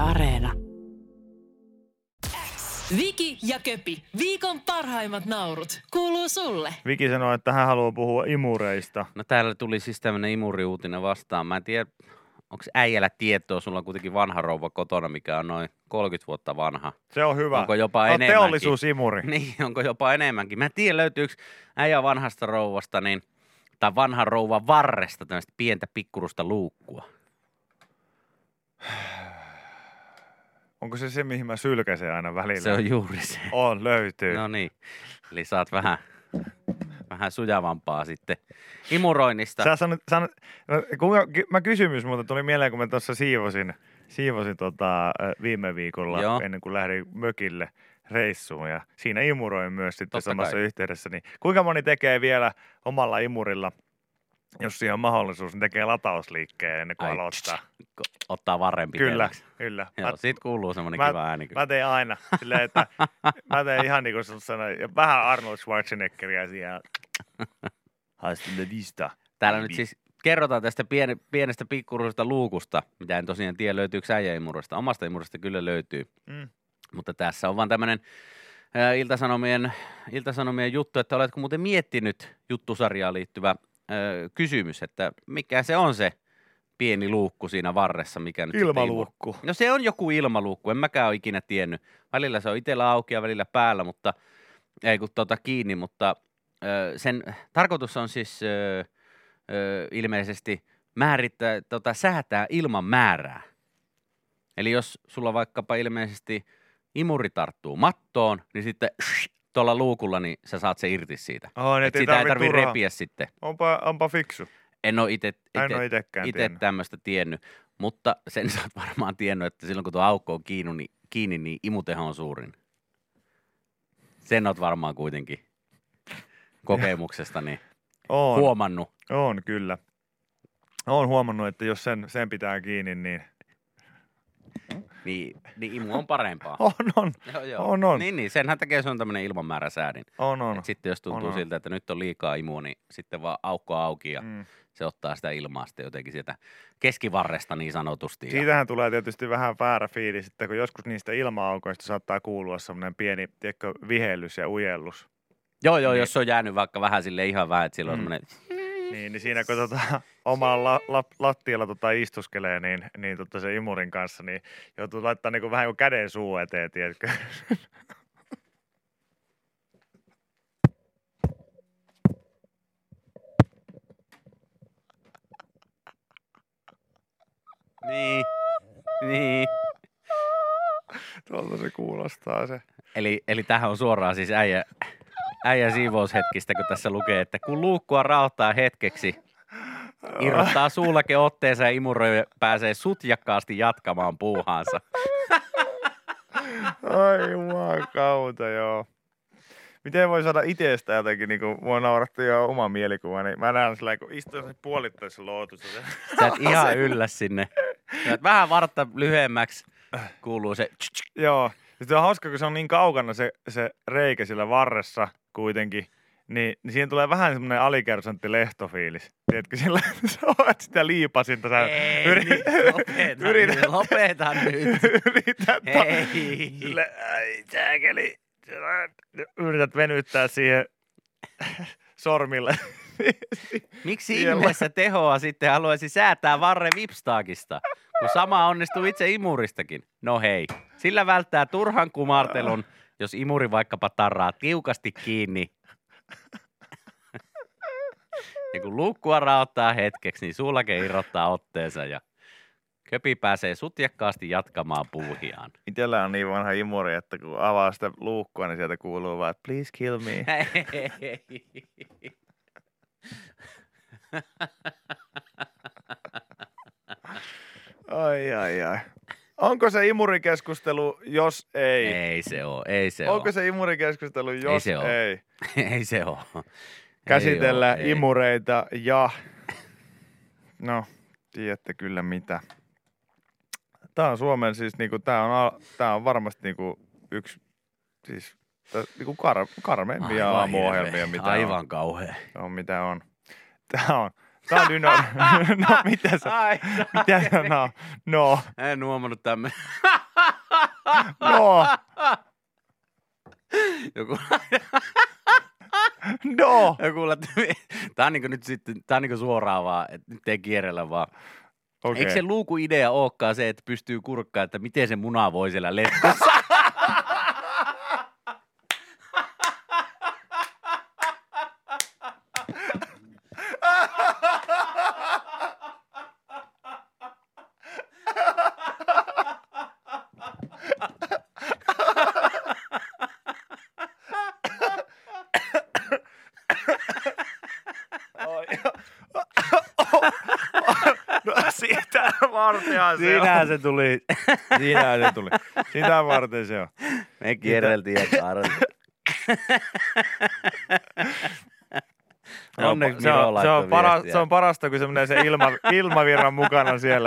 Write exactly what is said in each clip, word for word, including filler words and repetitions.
Areena. Viki ja Köpi, viikon parhaimmat naurut, kuuluu sulle. Viki sanoi, että hän haluaa puhua imureista. No täällä tuli siis tämmönen imuriuutinen vastaan. Mä en tiedä, onko äijällä tietoa, sulla on kuitenkin vanha rouva kotona, mikä on noin kolmekymmentä vuotta vanha. Se on hyvä. Onko jopa on enemmänkin? teollisuusimuri. Niin, onko jopa enemmänkin. Mä en tiedä, löytyykö äijä vanhasta rouvasta, niin, tai vanhan rouvan varresta tämmöistä pientä pikkurusta luukkua. Onko se se, mihin mä sylkäsen aina välillä? Se on juuri se. On, löytyy. No niin, eli saat vähän, vähän sujavampaa sitten imuroinnista. Sä sanot, sanot, kuinka, mä kysymys, mutta tuli mieleen, kun mä tuossa siivosin, siivosin tota, viime viikolla Joo. ennen kuin lähdin mökille reissuun ja siinä imuroin myös sitten Totta samassa kai. yhteydessä. Niin kuinka moni tekee vielä omalla imurilla, jos siihen on mahdollisuus, niin tekee latausliikkeen ennen kuin Ai, aloittaa? Ottaa varren Kyllä, pitemmäksi. kyllä. Joo, Mä- siitä kuuluu semmoinen mä- kiva ääni. Kyllä. Mä teen aina silleen, että mä teen ihan niin kuin sä sanoit, ja vähän Arnold Schwarzeneggeria siellä. Haistille lista. Täällä nyt siis kerrotaan tästä piene, pienestä pikkuruisesta luukusta, mitä en tosiaan tiedä löytyykö äijäimurista. Omasta imurista kyllä löytyy, Mm. mutta tässä on vaan tämmöinen ää, iltasanomien, iltasanomien juttu, että oletko muuten miettinyt juttusarjaan liittyvä ää, kysymys, että mikä se on se pieni luukku siinä varressa, mikä nyt sitten Ilmaluukku. imur- No se on joku ilmaluukku, en mäkään ole ikinä tiennyt. Välillä se on itsellä auki ja välillä päällä, mutta ei kun tota kiinni, mutta ö, sen tarkoitus on siis ö, ö, ilmeisesti määrittää, tota, säätää ilman määrää. Eli jos sulla vaikkapa ilmeisesti imuri tarttuu mattoon, niin sitten tuolla luukulla niin sä saat se irti siitä. Oh, Et sitä ei tarvitse repiä sitten. Onpa, onpa fiksu. En ole itse En ole itekään itse tiennyt. tämmöistä tiennyt, mutta sen sä oot varmaan tiennyt, että silloin kun tuo aukko on kiinni, niin, kiinni, niin imuteho on suurin. Sen oot varmaan kuitenkin kokemuksesta niin On, huomannut. on kyllä. Olen huomannut, että jos sen, sen pitää kiinni, niin Niin, niin imu on parempaa. on, on, Joo, joo. on, on. Niin, niin, senhän takia se on tämmöinen ilmanmääräsäädin. on, on. Et sitten jos tuntuu On, on. siltä, että nyt on liikaa imua, niin sitten vaan aukko auki ja Mm. se ottaa sitä ilmaa sitten jotenkin sieltä keskivarresta niin sanotusti. Ja Siitähän tulee tietysti vähän väärä fiilis, että kun joskus niistä ilma-aukoista saattaa kuulua semmoinen pieni, tiedätkö, vihellys ja ujellus. Joo, joo, Niin. jos se on jäänyt vaikka vähän sille ihan vähän, että sillä on Mm. semmoinen, Niin, niin siinä kun tota, omalla la, la, lattialla tota istuskelee, niin, niin tota se imurin kanssa, niin joutuu laittaa niinku vähän kuin käden suu eteen, tiedätkö? niin, niin. Tuolta se kuulostaa se. Eli, eli tähän on suoraan siis äijä, äijä siivoushetkistä, kun tässä lukee, että kun luukkua raottaa hetkeksi, irrottaa suullake otteensa ja imuroi pääsee sutjakkaasti jatkamaan puuhaansa. Ai jumakauta, joo. Miten voi saada itsestä jotenkin, niin kuin mua nauratti jo oma mielikuva, niin mä näen sillä, kun istuu se puolittaisessa lootussa. Se. Sä et ihan yllä sinne. Sä et vähän vartta lyhyemmäksi kuuluu se tsk, tsk. Joo. Sitten on hauska, kun se on niin kaukana se, se reikä sillä varressa kuitenkin, niin, niin siihen tulee vähän semmoinen alikersantti lehtofiilis. Tiedätkö, sillä sä oot sitä liipasinta. Sä Ei yrit- nyt, lopeta yrität- nyt, lopeta nyt. Yrität, Ei. sille, ai sääkeli, yrität venyttää siihen sormille. Miksi Siellä. ihmeessä tehoa sitten haluaisi säätää varre vipstaakista, kun sama onnistuu itse imuristakin? No hei, sillä välttää turhan kumartelun, jos imuri vaikkapa tarraa tiukasti kiinni. Ja kun luukkua raottaa hetkeksi, niin suulake irrottaa otteensa ja köpi pääsee sutjakkaasti jatkamaan puuhiaan. Itellä on niin vanha imuri, että kun avaa sitä luukkua, niin sieltä kuuluu vaan, että please kill me. Ai, ai, ai. Onko se imurikeskustelu, jos ei? Ei se oo, ei se Onko oo. se imurikeskustelu, jos se oo. ei? Ei se oo. Käsitellään Ei oo, ei. imureita ja... No, tiedätte kyllä mitä. Tää on Suomen siis niinku, tää on, al- tää on varmasti niinku yksi, siis tää, niinku kar, karmeimpia Aivan aamuohjelmia, hirveä. mitä Aivan kauhea. on. on. Mitä on. Tää on, Tää on dyno... No, mitä sä... Ai, Mitä sä... No, no, en huomannut tämmönen. no, Joku, no. joku tää on niinku nyt sitten, tää on niinku suoraan vaan, että nyt ei kierrellä vaan. Okei. Eikö se luukuidea olekaan se, että pystyy kurkkaan, että miten se muna voi siellä letkossa? No, siitä vartenhan se Siinähän on. se tuli. Siinähän se tuli. Sitä varten se on. Me kierreltiin ja kaareltiin. Onneksi se, Miro on, se, on laittoi para, viestiä. se on parasta, kun se menee se ilma, ilmavirran mukana siellä.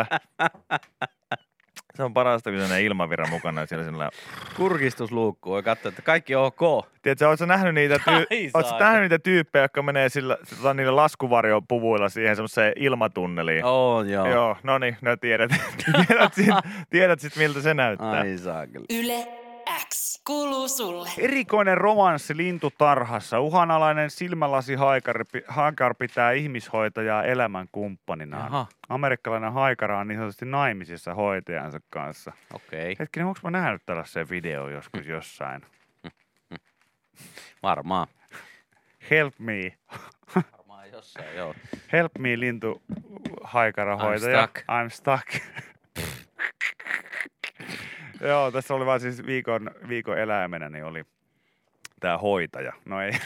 Se on parasta, kun se menee ilmavirran mukana siellä. siellä. Kurkistusluukku. Voi katsoa, että kaikki on ok. Tiedätkö, ootko nähnyt niitä, tyy- Ai ootko saakeli. nähnyt niitä tyyppejä, jotka menee sillä, tota, niillä laskuvarjopuvuilla siihen semmoiseen ilmatunneliin? On joo. Joo, no niin, no tiedät. tiedät, sit, tiedät sit, miltä se näyttää. Ai saakeli. Yle X kuuluu sulle. Erikoinen romanssi lintutarhassa. Uhanalainen silmälasi haikar, haikar pitää ihmishoitajaa elämän kumppaninaan. Aha, Amerikkalainen haikara on niin sanotusti naimisissa hoitajansa kanssa. okei. Hetkinen, onko mä nähnyt tällaisen videon joskus jossain? Varmaan. Help me. Varmaan jossain, joo. Help me, lintu haikara I'm hoitaja. stuck. I'm stuck. Joo, tässä oli vaan siis viikon, viikon eläimenä, niin oli tää hoitaja. No ei.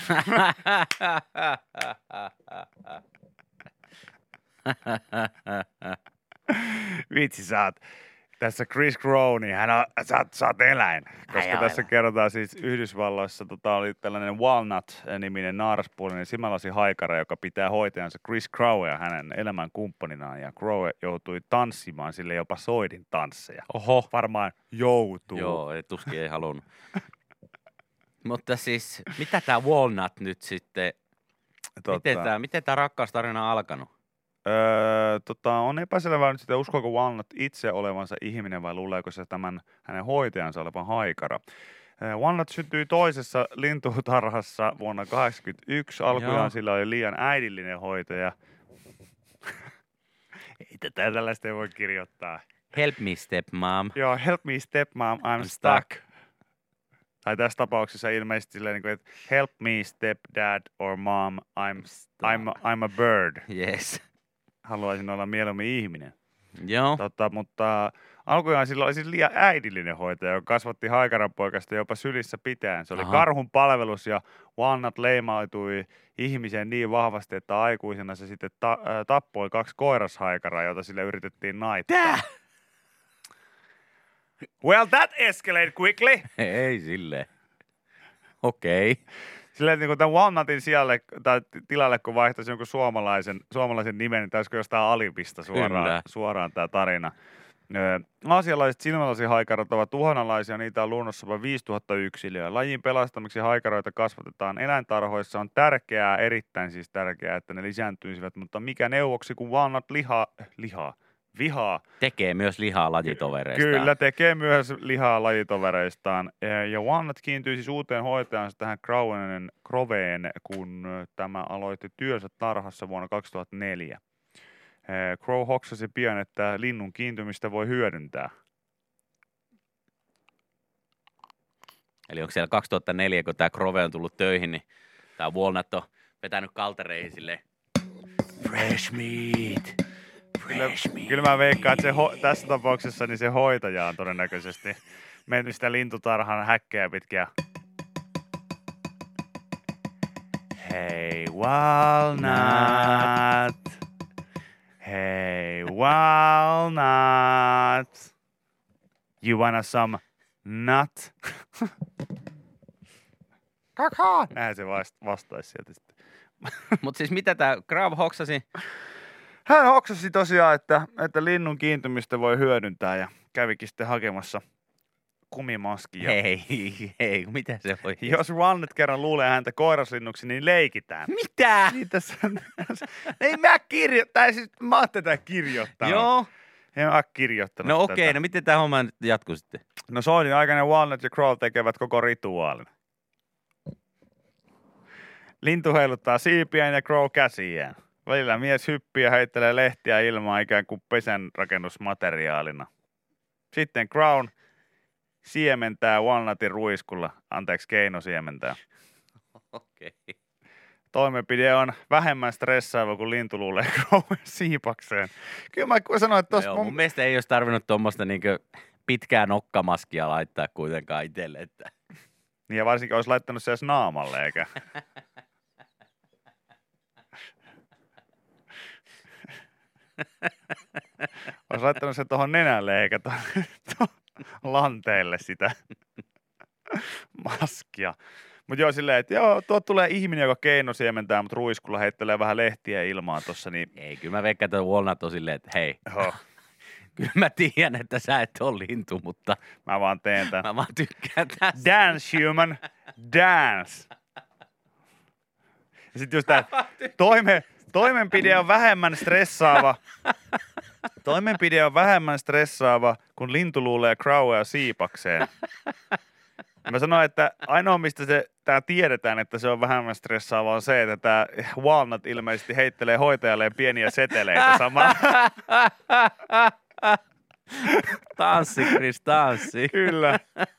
Vitsi, sä oot tässä Chris Crow, niin hän on, sä, oot, sä oot eläin. Koska Ai, tässä aivan. kerrotaan siis Yhdysvalloissa tota, oli tällainen Walnut-niminen naaraspuolinen silmälasi haikara, joka pitää hoitajansa Chris Crowia hänen elämän kumppaninaan. Ja Crow joutui tanssimaan sille jopa soidin tansseja. Oho. Varmaan joutuu. Joo, ei, tuskin ei halunnut. Mutta siis, mitä tää Walnut nyt sitten, Tota, miten tää, miten tää rakkaustarina on alkanut? Öö, tota, on epäselvää nyt sitä, uskoako Walnut itse olevansa ihminen vai luuleeko se tämän hänen hoitajansa olevan haikara. Öö, Walnut syntyi toisessa lintutarhassa vuonna tuhatyhdeksänsataakahdeksankymmentäyksi. Alkujaan Joo. sillä oli liian äidillinen hoitaja. Ei tätä tällaista ei voi kirjoittaa. Help me stepmom. Joo, help me stepmom, I'm, I'm stuck. stuck. Tai tässä tapauksessa ilmeisesti silleen, niin kuin, että help me stepdad or mom, I'm, I'm, I'm a bird. Yes. Haluaisin olla mieluummin ihminen. Joo. Tota, mutta alkujaan sillä oli siis liian äidillinen hoitaja, joka kasvatti haikaran poikasta jopa sylissä pitäen. Se oli Aha. karhun palvelus ja Walnut leimautui ihmiseen niin vahvasti, että aikuisena se sitten ta- äh, tappoi kaksi koirashaikaraa, joita sille yritettiin naittaa. Tää? Well, that escalated quickly. Ei silleen. Okei. Okay. Silleen, että niin tämän Walnutin sijalle, tai tilalle, kun vaihtaisi jonkun suomalaisen, suomalaisen nimen, niin taisiko jostain Alipista Kyllä. suoraan, suoraan tämä tarina. Öö, aasialaiset silmälasihaikarat ovat uhanalaisia, niitä on luonnossa vain viisituhatta yksilöä. Lajin pelastamiseksi haikaroita kasvatetaan eläintarhoissa. On tärkeää, erittäin siis tärkeää, että ne lisääntyisivät, mutta mikä neuvoksi, kun Walnut lihaa, lihaa, vihaa, Tekee myös lihaa lajitovereistaan. kyllä, tekee myös lihaa lajitovereistaan. Ja Walnut kiintyi siis uuteen hoitajansa tähän Crowen, Croween, kun tämä aloitti työnsä tarhassa vuonna kaksituhattaneljä. Crow hoksasi pian, että linnun kiintymistä voi hyödyntää. Eli onko siellä kaksituhattaneljä, kun tämä Crove on tullut töihin, niin tämä Walnut on vetänyt kaltereihin silleen, fresh meat, Kyllä, fresh meat. kyllä mä veikkaan, että se ho- tässä tapauksessa niin se hoitaja on todennäköisesti mennyt sitä lintutarhan häkkejä pitkiä. Hey Walnut, hey Walnut, you wanna some nut? Kaka! Näin se vast- vastaisi sieltä sitten. Mutta siis mitä tämä Crave hoksasi? Hän hoksasi tosiaan, että, että linnun kiintymistä voi hyödyntää ja kävikin sitten hakemassa kumimaskia. Hei, hei, mitä se voi? Jos Walnut kerran luulee häntä koiraslinnuksi, niin leikitään. Mitä? Niin tässä on, ei mä kirjoittaa, siis mä oon tätä kirjoittanut. Joo. En mä kirjoittanut No okei, tätä. no miten tämä homma nyt jatkuu sitten? No Soinin aikainen Walnut ja Crow tekevät koko rituaalin. Lintu heiluttaa siipiään ja Crow käsiään. Välillä mies hyppii ja heittelee lehtiä ilmaan ikään kuin pesänrakennusmateriaalina. Sitten Crown siementää Walnutin ruiskulla, anteeksi Keino siementää. Okei. Toimenpide on vähemmän stressaava kuin lintu luulee Crowen siipakseen. Kyllä mä sanoin, että No tossa joo, mun... mun mielestä ei olisi tarvinnut tuommoista niinkö pitkää nokkamaskia laittaa kuitenkaan itselle. Että... Niin ja varsinkin olisi laittanut se edes naamalle, eikä... Olisi laittanut se tuohon nenälle eikä tuohon lanteelle sitä maskia. Mutta joo silleen, että joo, tuo tulee ihminen, joka Keino siementää, mutta ruiskulla heittelee vähän lehtiä ilmaan tossa, niin... Ei, kyllä mä veikkaan, että Walnut on silleen, että hei, Oho, kyllä mä tiedän, että sä et ole lintu, mutta mä vaan teen tän. mä vaan tykkään tästä. Dance, human, dance. Ja sitten just tää toime, toimenpide on vähemmän stressaava. Toimenpide on vähemmän stressaava, kun lintu luulee Crowea siipakseen. Mä sanoin, että ainoa mistä se, tää tiedetään, että se on vähemmän stressaava on se, että tää Walnut ilmeisesti heittelee hoitajalleen pieniä seteleitä samalla. Tanssi, Chris, tanssi. Kyllä.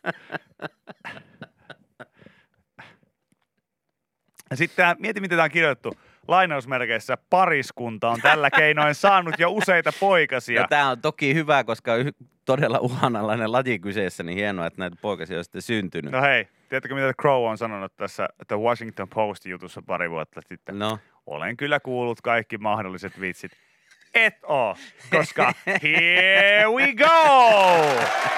Ja sitten tää, mieti, miten tää on kirjoittu. Lainausmerkeissä pariskunta on tällä keinoin saanut jo useita poikasia. No tää on toki hyvä, koska on todella uhanalainen laji kyseessä, niin hienoa, että näitä poikasia on sitten syntynyt. No hei, tiedätkö mitä Crow on sanonut tässä The Washington Post-jutussa pari vuotta sitten? No. Olen kyllä kuullut kaikki mahdolliset vitsit. Et oo, koska here we go!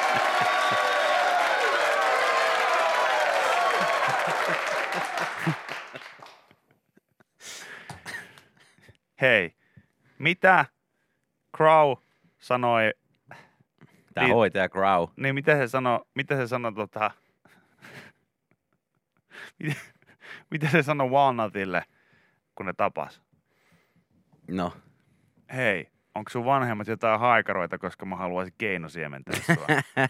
Hei, mitä Crow sanoi, Tää Niin- hoitaja Crow. niin mitä se sanoi, mitä se sanoi tota, mitä, mitä se sanoi Walnutille, kun ne tapas? No. Hei, onko sun vanhemmat jotain haikaroita, koska mä haluaisin Keino siementää sua?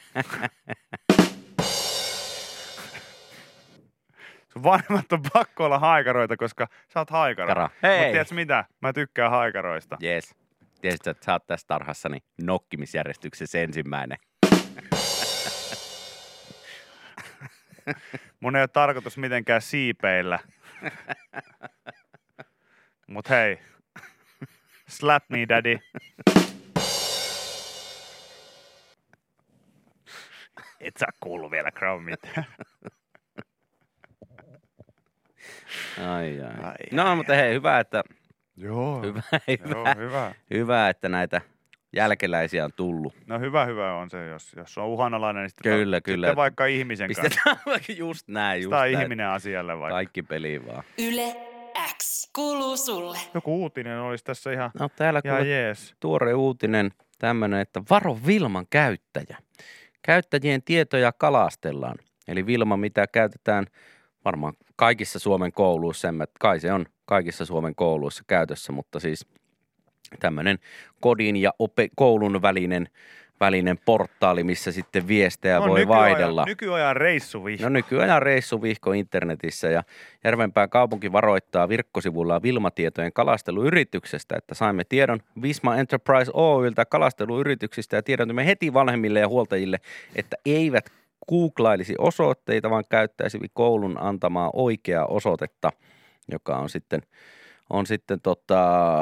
Sun vanhemmat on pakko olla haikaroita, koska sä oot haikara. Kara. Mutta Hei! tiedätkö mitä? Mä tykkään haikaroista. Jees. Tiesitkö, että sä oot tässä tarhassani nokkimisjärjestyksessä ensimmäinen. Mun ei ole tarkoitus mitenkään siipeillä. Mut hei. Slap me, daddy. Et sä kuulu vielä Crow mitään. Ai, ai. Ai, no, ai, mutta hei, hyvä, että, Joo. hyvä, Joo, hyvä, hyvä. hyvä, että näitä jälkeläisiä on tullut. No hyvä, hyvä on se, jos, jos on uhanalainen, niin sitten, Kyllä, sitten kyllä. vaikka ihmisen kanssa. Pistetään vaikka just näin, just Tai näin. ihminen asialle vaikka. Kaikki peliin vaan. Yle X kuuluu sulle. Joku uutinen olisi tässä ihan, No täällä ihan kuule jees. tuore uutinen tämmönen, että varo Vilman käyttäjä. Käyttäjien tietoja kalastellaan. Eli Vilma, mitä käytetään varmaan kaikissa Suomen kouluissa, en mä, kai se on kaikissa Suomen kouluissa käytössä, mutta siis tämmöinen kodin ja ope, koulun välinen, välinen portaali, missä sitten viestejä No, voi nykyajan, vaihdella. Nykyajan reissuvihko. No nykyajan reissuvihko internetissä ja Järvenpään kaupunki varoittaa virkkosivullaan Vilma-tietojen kalasteluyrityksestä, että saimme tiedon Visma Enterprise Oy:ltä kalasteluyrityksistä ja tiedotimme heti vanhemmille ja huoltajille, että eivät googlailisi osoitteita, vaan käyttäisi koulun antamaa oikeaa osoitetta, joka on sitten, on sitten tota,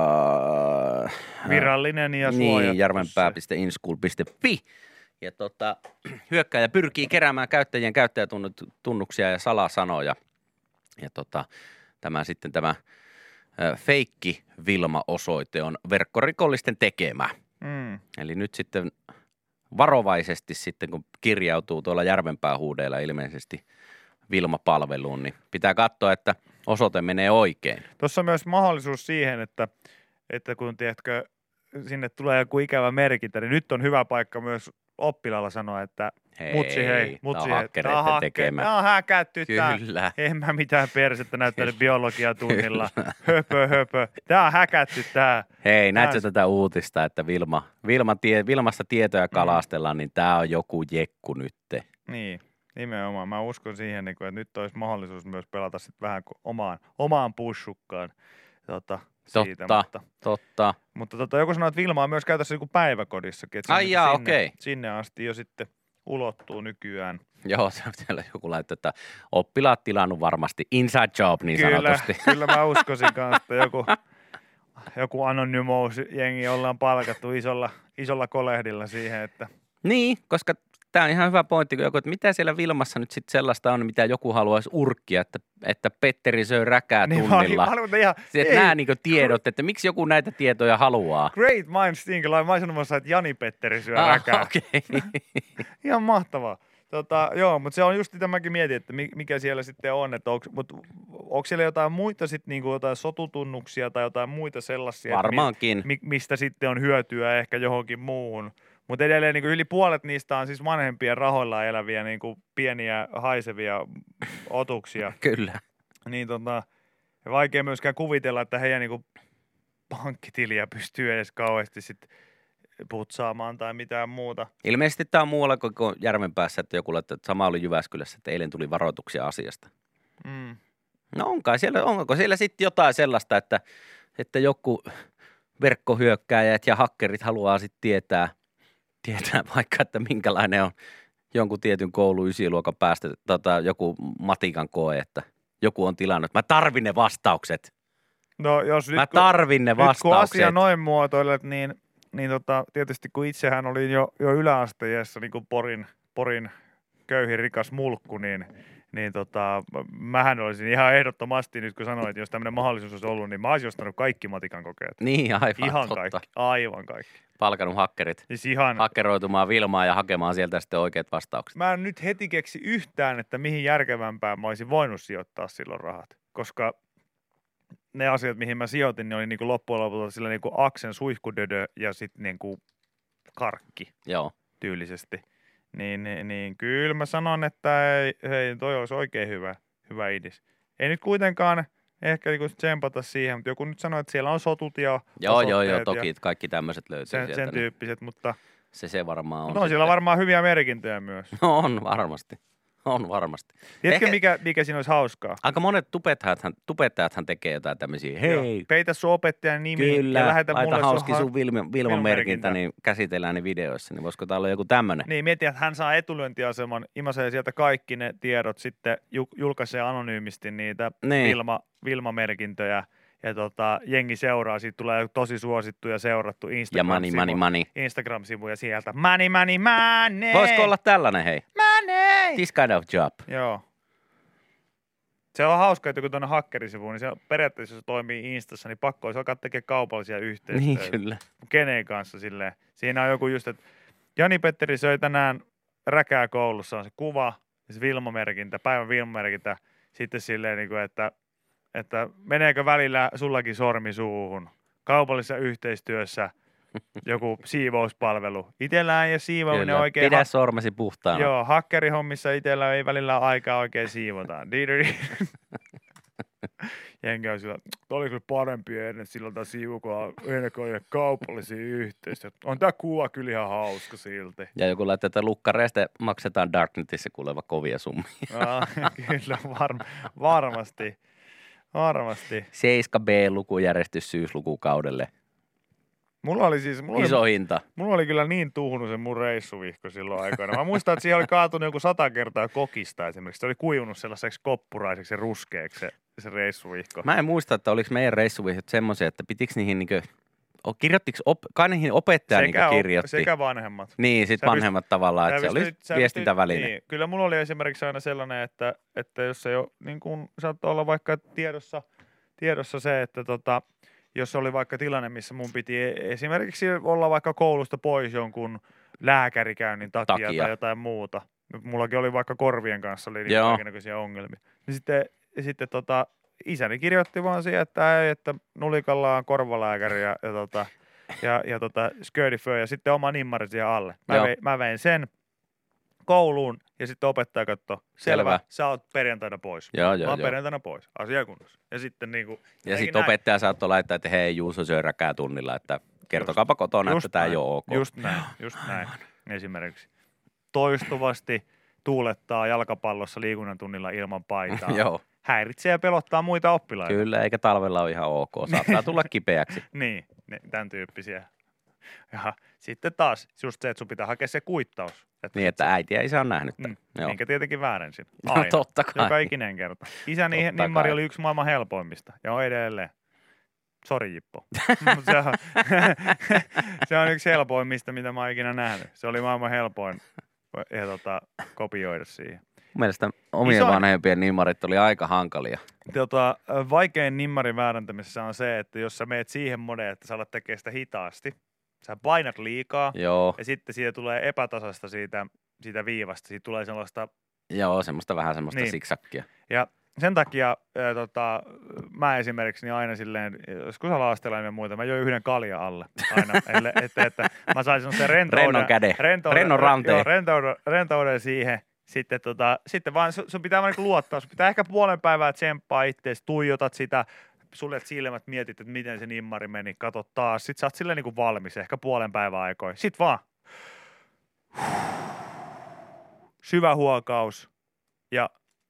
Virallinen ja suojattu. niin, järvenpää piste inschool piste fi. Ja tota, hyökkääjä pyrkii keräämään käyttäjien käyttäjätunnuksia ja salasanoja. Ja tota, tämä sitten tämä ö, feikki Vilma-osoite on verkkorikollisten tekemä. Mm. Eli nyt sitten varovaisesti sitten, kun kirjautuu tuolla Järvenpää huudeilla ilmeisesti Vilma-palveluun, niin pitää katsoa, että osoite menee oikein. Tuossa on myös mahdollisuus siihen, että, että kun tiedätkö, sinne tulee joku ikävä merkintä, niin nyt on hyvä paikka myös oppilaalla sanoa, että Hei, mutsi hei, mutsi hei, hakkereiden tää on tekemä. Tää on häkätty tää. Kyllä. En mä mitään persettä näyttänyt biologiatunnilla. Höpö, höpö. Tää on häkätty tää. Hei, näetkö Tää- tätä uutista, että Vilma, Vilma tie, Vilmassa tietoja kalastellaan, niin tää on joku jekku nytte. Niin, nimenomaan. Mä uskon siihen, niin kuin, että nyt olisi mahdollisuus myös pelata sit vähän ko- omaan, omaan pushukkaan. Tota, siitä, Totta, mutta, totta. mutta tota, joku sanoi, että Vilma on myös käytössä joku päiväkodissakin. Että se on Ai niinku jaa, sinne, okei. sinne asti jo sitten ulottuu nykyään. Joo, se on siellä joku laittoi, että oppilaat tilannut varmasti inside job niin kyllä, sanotusti. kyllä mä uskoisin kanssa, että joku, joku anonymous-jengi ollaan palkattu isolla, isolla kolehdilla siihen, että Niin, koska tämä on ihan hyvä pointti, kun joku, että mitä siellä Vilmassa nyt sitten sellaista on, mitä joku haluaisi urkkia, että, että Petteri söi räkää niin tunnilla. mä olin- mä olin ihan, Se, että ei, nämä niinku tiedot, että miksi joku näitä tietoja haluaa. great minds think alike. Mä olin sanomassa, että Jani Petteri syö räkää. Ah, okei. Ihan mahtavaa. Tota, joo, mutta se on just sitä mäkin mietin, että mi- mikä siellä sitten on, että onko, mut, onko siellä jotain muita sitten niinku jotain sotutunnuksia tai jotain muita sellaisia, että Varmaankin. mi- mistä sitten on hyötyä ehkä johonkin muuhun. Mutta edelleen niin yli puolet niistä on siis vanhempien rahoilla eläviä niin kuin pieniä haisevia otuksia. Kyllä. Niin tota, vaikea myöskään kuvitella, että heidän niin kuin pankkitiliä pystyy edes kauheasti sit putsaamaan tai mitään muuta. Ilmeisesti tämä on muualla koko Järvenpäässä, että joku laittoi, että sama oli Jyväskylässä, että eilen tuli varoituksia asiasta. Mm. No onkaan siellä, onko siellä sitten jotain sellaista, että, että joku verkkohyökkääjät ja hakkerit haluaa sitten tietää, tietää vaikka, että minkälainen on jonkun tietyn koulun ysiluokan päästä tota, joku matikan koe, että joku on tilannut. Mä tarvin ne vastaukset. No jos nyt, Mä kun- tarvin ne nyt kun vastaukset. asia noin muotoilet, niin, niin tota, tietysti kun itsehän olin jo, jo yläasteessa niin kuin Porin, Porin köyhin rikas mulkku, niin, niin tota, mähän olisin ihan ehdottomasti nyt kun sanoin, että jos tämmöinen mahdollisuus olisi ollut, niin mä olisin ostanut kaikki matikan kokeet. Niin, aivan Ihan totta. kaikki, aivan kaikki. Palkanut hakkerit Siis ihan, hakkeroitumaan Vilmaa ja hakemaan sieltä sitten oikeat vastaukset. mä en nyt heti keksi yhtään, että mihin järkevämpään mä olisin voinut sijoittaa silloin rahat, koska ne asiat, mihin mä sijoitin, niin oli niin kuin loppujen lopulta sillä niin kuin Aksen suihkudödö ja sitten niin kuin karkki Joo. tyylisesti. Niin, niin, niin kyllä mä sanon, että ei, hei, toi olisi oikein hyvä, hyvä idis. Ei nyt kuitenkaan ehkä niinku tsempata siihen, mutta joku nyt sanoi, että siellä on sotut ja Joo, joo, joo, osoitteet toki ja kaikki tämmöiset löytyy sen, sieltä. sen niin tyyppiset, mutta se se varmaan on. on, on siellä sitten. varmaan hyviä merkintöjä myös. No on varmasti. On varmasti. Tiedätkö, Ehkä- mikä, mikä siinä olisi hauskaa? Aika monet tubettajathan, tubettajathan tekee jotain tämmöisiä. Joo, Hei, peitä sun opettajan nimi kyllä, ja lähetä laita mulle hauski ha- sun Vilman, Vilman Vilman merkintä, merkintä. niin käsitellään ne videoissa. Niin voisiko tää olla joku tämmönen? Niin, mieti, että hän saa etulyöntiaseman, imasee sieltä kaikki ne tiedot, sitten ju- julkaisee anonyymisti niitä Niin. Vilma, Vilma-merkintöjä, ja tota, jengi seuraa, siitä tulee tosi suosittu ja seurattu Ja money, Instagram-sivu, money, money. Instagram-sivu ja sieltä money, money, money! Voisiko olla tällainen, hei? Money! This kind of job. Joo. Se on hauska, että kun tuonne hakkerisivuun, niin se periaatteessa, jos se toimii Instassa, niin pakko olisi alkaa tekemään kaupallisia Niin yhteistyötä. kyllä. Kenen kanssa silleen. Siinä on joku just, että Jani-Petteri söi tänään räkää koulussa, on se kuva, se Vilma-merkintä, päivän Vilma-merkintä, sitten silleen, niin kuin, että, että meneekö välillä sullakin sormi suuhun, kaupallisessa yhteistyössä joku siivouspalvelu. Itellään ei ole siivoaminen kyllä. oikein. Pidä ha- sormesi puhtaana. Joo, hakkerihommissa itsellä ei välillä ole aikaa oikein siivota. Dideri. Jengi on sillä, että oli kyllä parempi ennen silloin tämä siivu, kun on ennen kuin oli kaupallisia yhteistyötä. On tämä kuva kyllä ihan hauska silti. Ja joku laittaa, että lukkareista maksetaan Darknetissä kuuleva kovia summia. Ah, kyllä, var- varmasti. Varmasti. seitsemän B-lukujärjestys syyslukukaudelle. Mulla oli siis, mulla oli, Iso hinta. mulla oli kyllä niin tuhunut se mun reissuvihko silloin aikoina. Mä muistan, että siihen oli kaatunut joku sata kertaa kokista esimerkiksi. Se oli kuivunut sellaiseksi koppuraiseksi ja ruskeaksi se, se reissuvihko. Mä en muista, että oliko meidän reissuvihjat semmoisia, että pitikö niihin niinkö, o- kirjoittiko, op, kai niihin opettaja niinkö op- kirjoitti. sekä vanhemmat. Niin, sit Sä vanhemmat tavallaan, Sä että se oli pystyt- sä viestintäväline. pystyt- Niin, kyllä mulla oli esimerkiksi aina sellainen, että, että jos ei ole, niin kuin saattoi olla vaikka tiedossa, tiedossa se, että tota, jos oli vaikka tilanne, missä mun piti esimerkiksi olla vaikka koulusta pois jonkun lääkärikäynnin takia, Takia. tai jotain muuta. Mullakin oli vaikka korvien kanssa oli niin Joo. kaikennäköisiä ongelmia. Niin sitten, sitten tota, isäni kirjoitti vaan siihen, että, ei, että Nulikalla on korvalääkäri ja, ja tota, ja, ja tota, skirtifö ja sitten oma nimmari siihen alle. Mä, Joo. vein, mä vein sen kouluun ja sitten opettaja katsoi, selvä, Selvä. sä oot perjantaina pois. Joo, Mä joo, oon joo. perjantaina pois, asiakunnossa. Ja sitten niinku... Ja ei sitten näin. opettaja saattoi laittaa, että hei, Juuso söi räkää tunnilla, että kertokaapa kotona, Just että tämä ei näin. ole ok. Just näin, just näin. Esimerkiksi toistuvasti tuulettaa jalkapallossa liikunnan tunnilla ilman paitaa. Joo, Häiritsee ja pelottaa muita oppilaita. kyllä, eikä talvella ole ihan ok. Saattaa tulla kipeäksi. Niin, ne, tämän tyyppisiä. Ja sitten taas just se, että sun pitää hakea se kuittaus. Että Niin, että äiti ja isä on nähnyt tämän. Mm, Joo. minkä tietenkin väärensin. No Aina. totta kai. Joka ikinen kerta. Isäni Totta nimmari kai. oli yksi maailman helpoimmista. Ja on edelleen. Sori Jippo. Mut se, on, se on yksi helpoimmista, mitä mä oon ikinä nähnyt. Se oli maailman helpoin ja tota, kopioida siihen. Mun mielestä omien Isoin- vanhempien nimmarit oli aika hankalia. Tota, vaikein nimmarin väärentämisessä on se, että jos sä meet siihen modeen, että sä alat tekemään sitä hitaasti, sä painat liikaa Joo, ja sitten siitä tulee epätasasta siitä, siitä viivasta. Siitä tulee sellaista, joo, semmoista vähän semmoista Niin. niin. siksakkia. ja sen takia ää, tota, mä esimerkiksi niin aina silleen, joskus ala-asteella ja muuta, mä join yhden kaljan alle aina, että, että, että mä saisin sen rentouden, Rennon käden, rentouden, rennon ranteen. Joo, rentouden, rentouden siihen. Sitten, tota, sitten vaan sun, sun pitää vaan niinku luottaa, sun pitää ehkä puolen päivää tsemppaa itseäsi, tuijotat sitä, suljet silmät, mietit, että miten se nimmari meni, katot taas. Sitten sä oot silleen niinku valmis, ehkä puolen päivän aikoin. Sitten vaan syvä huokaus ja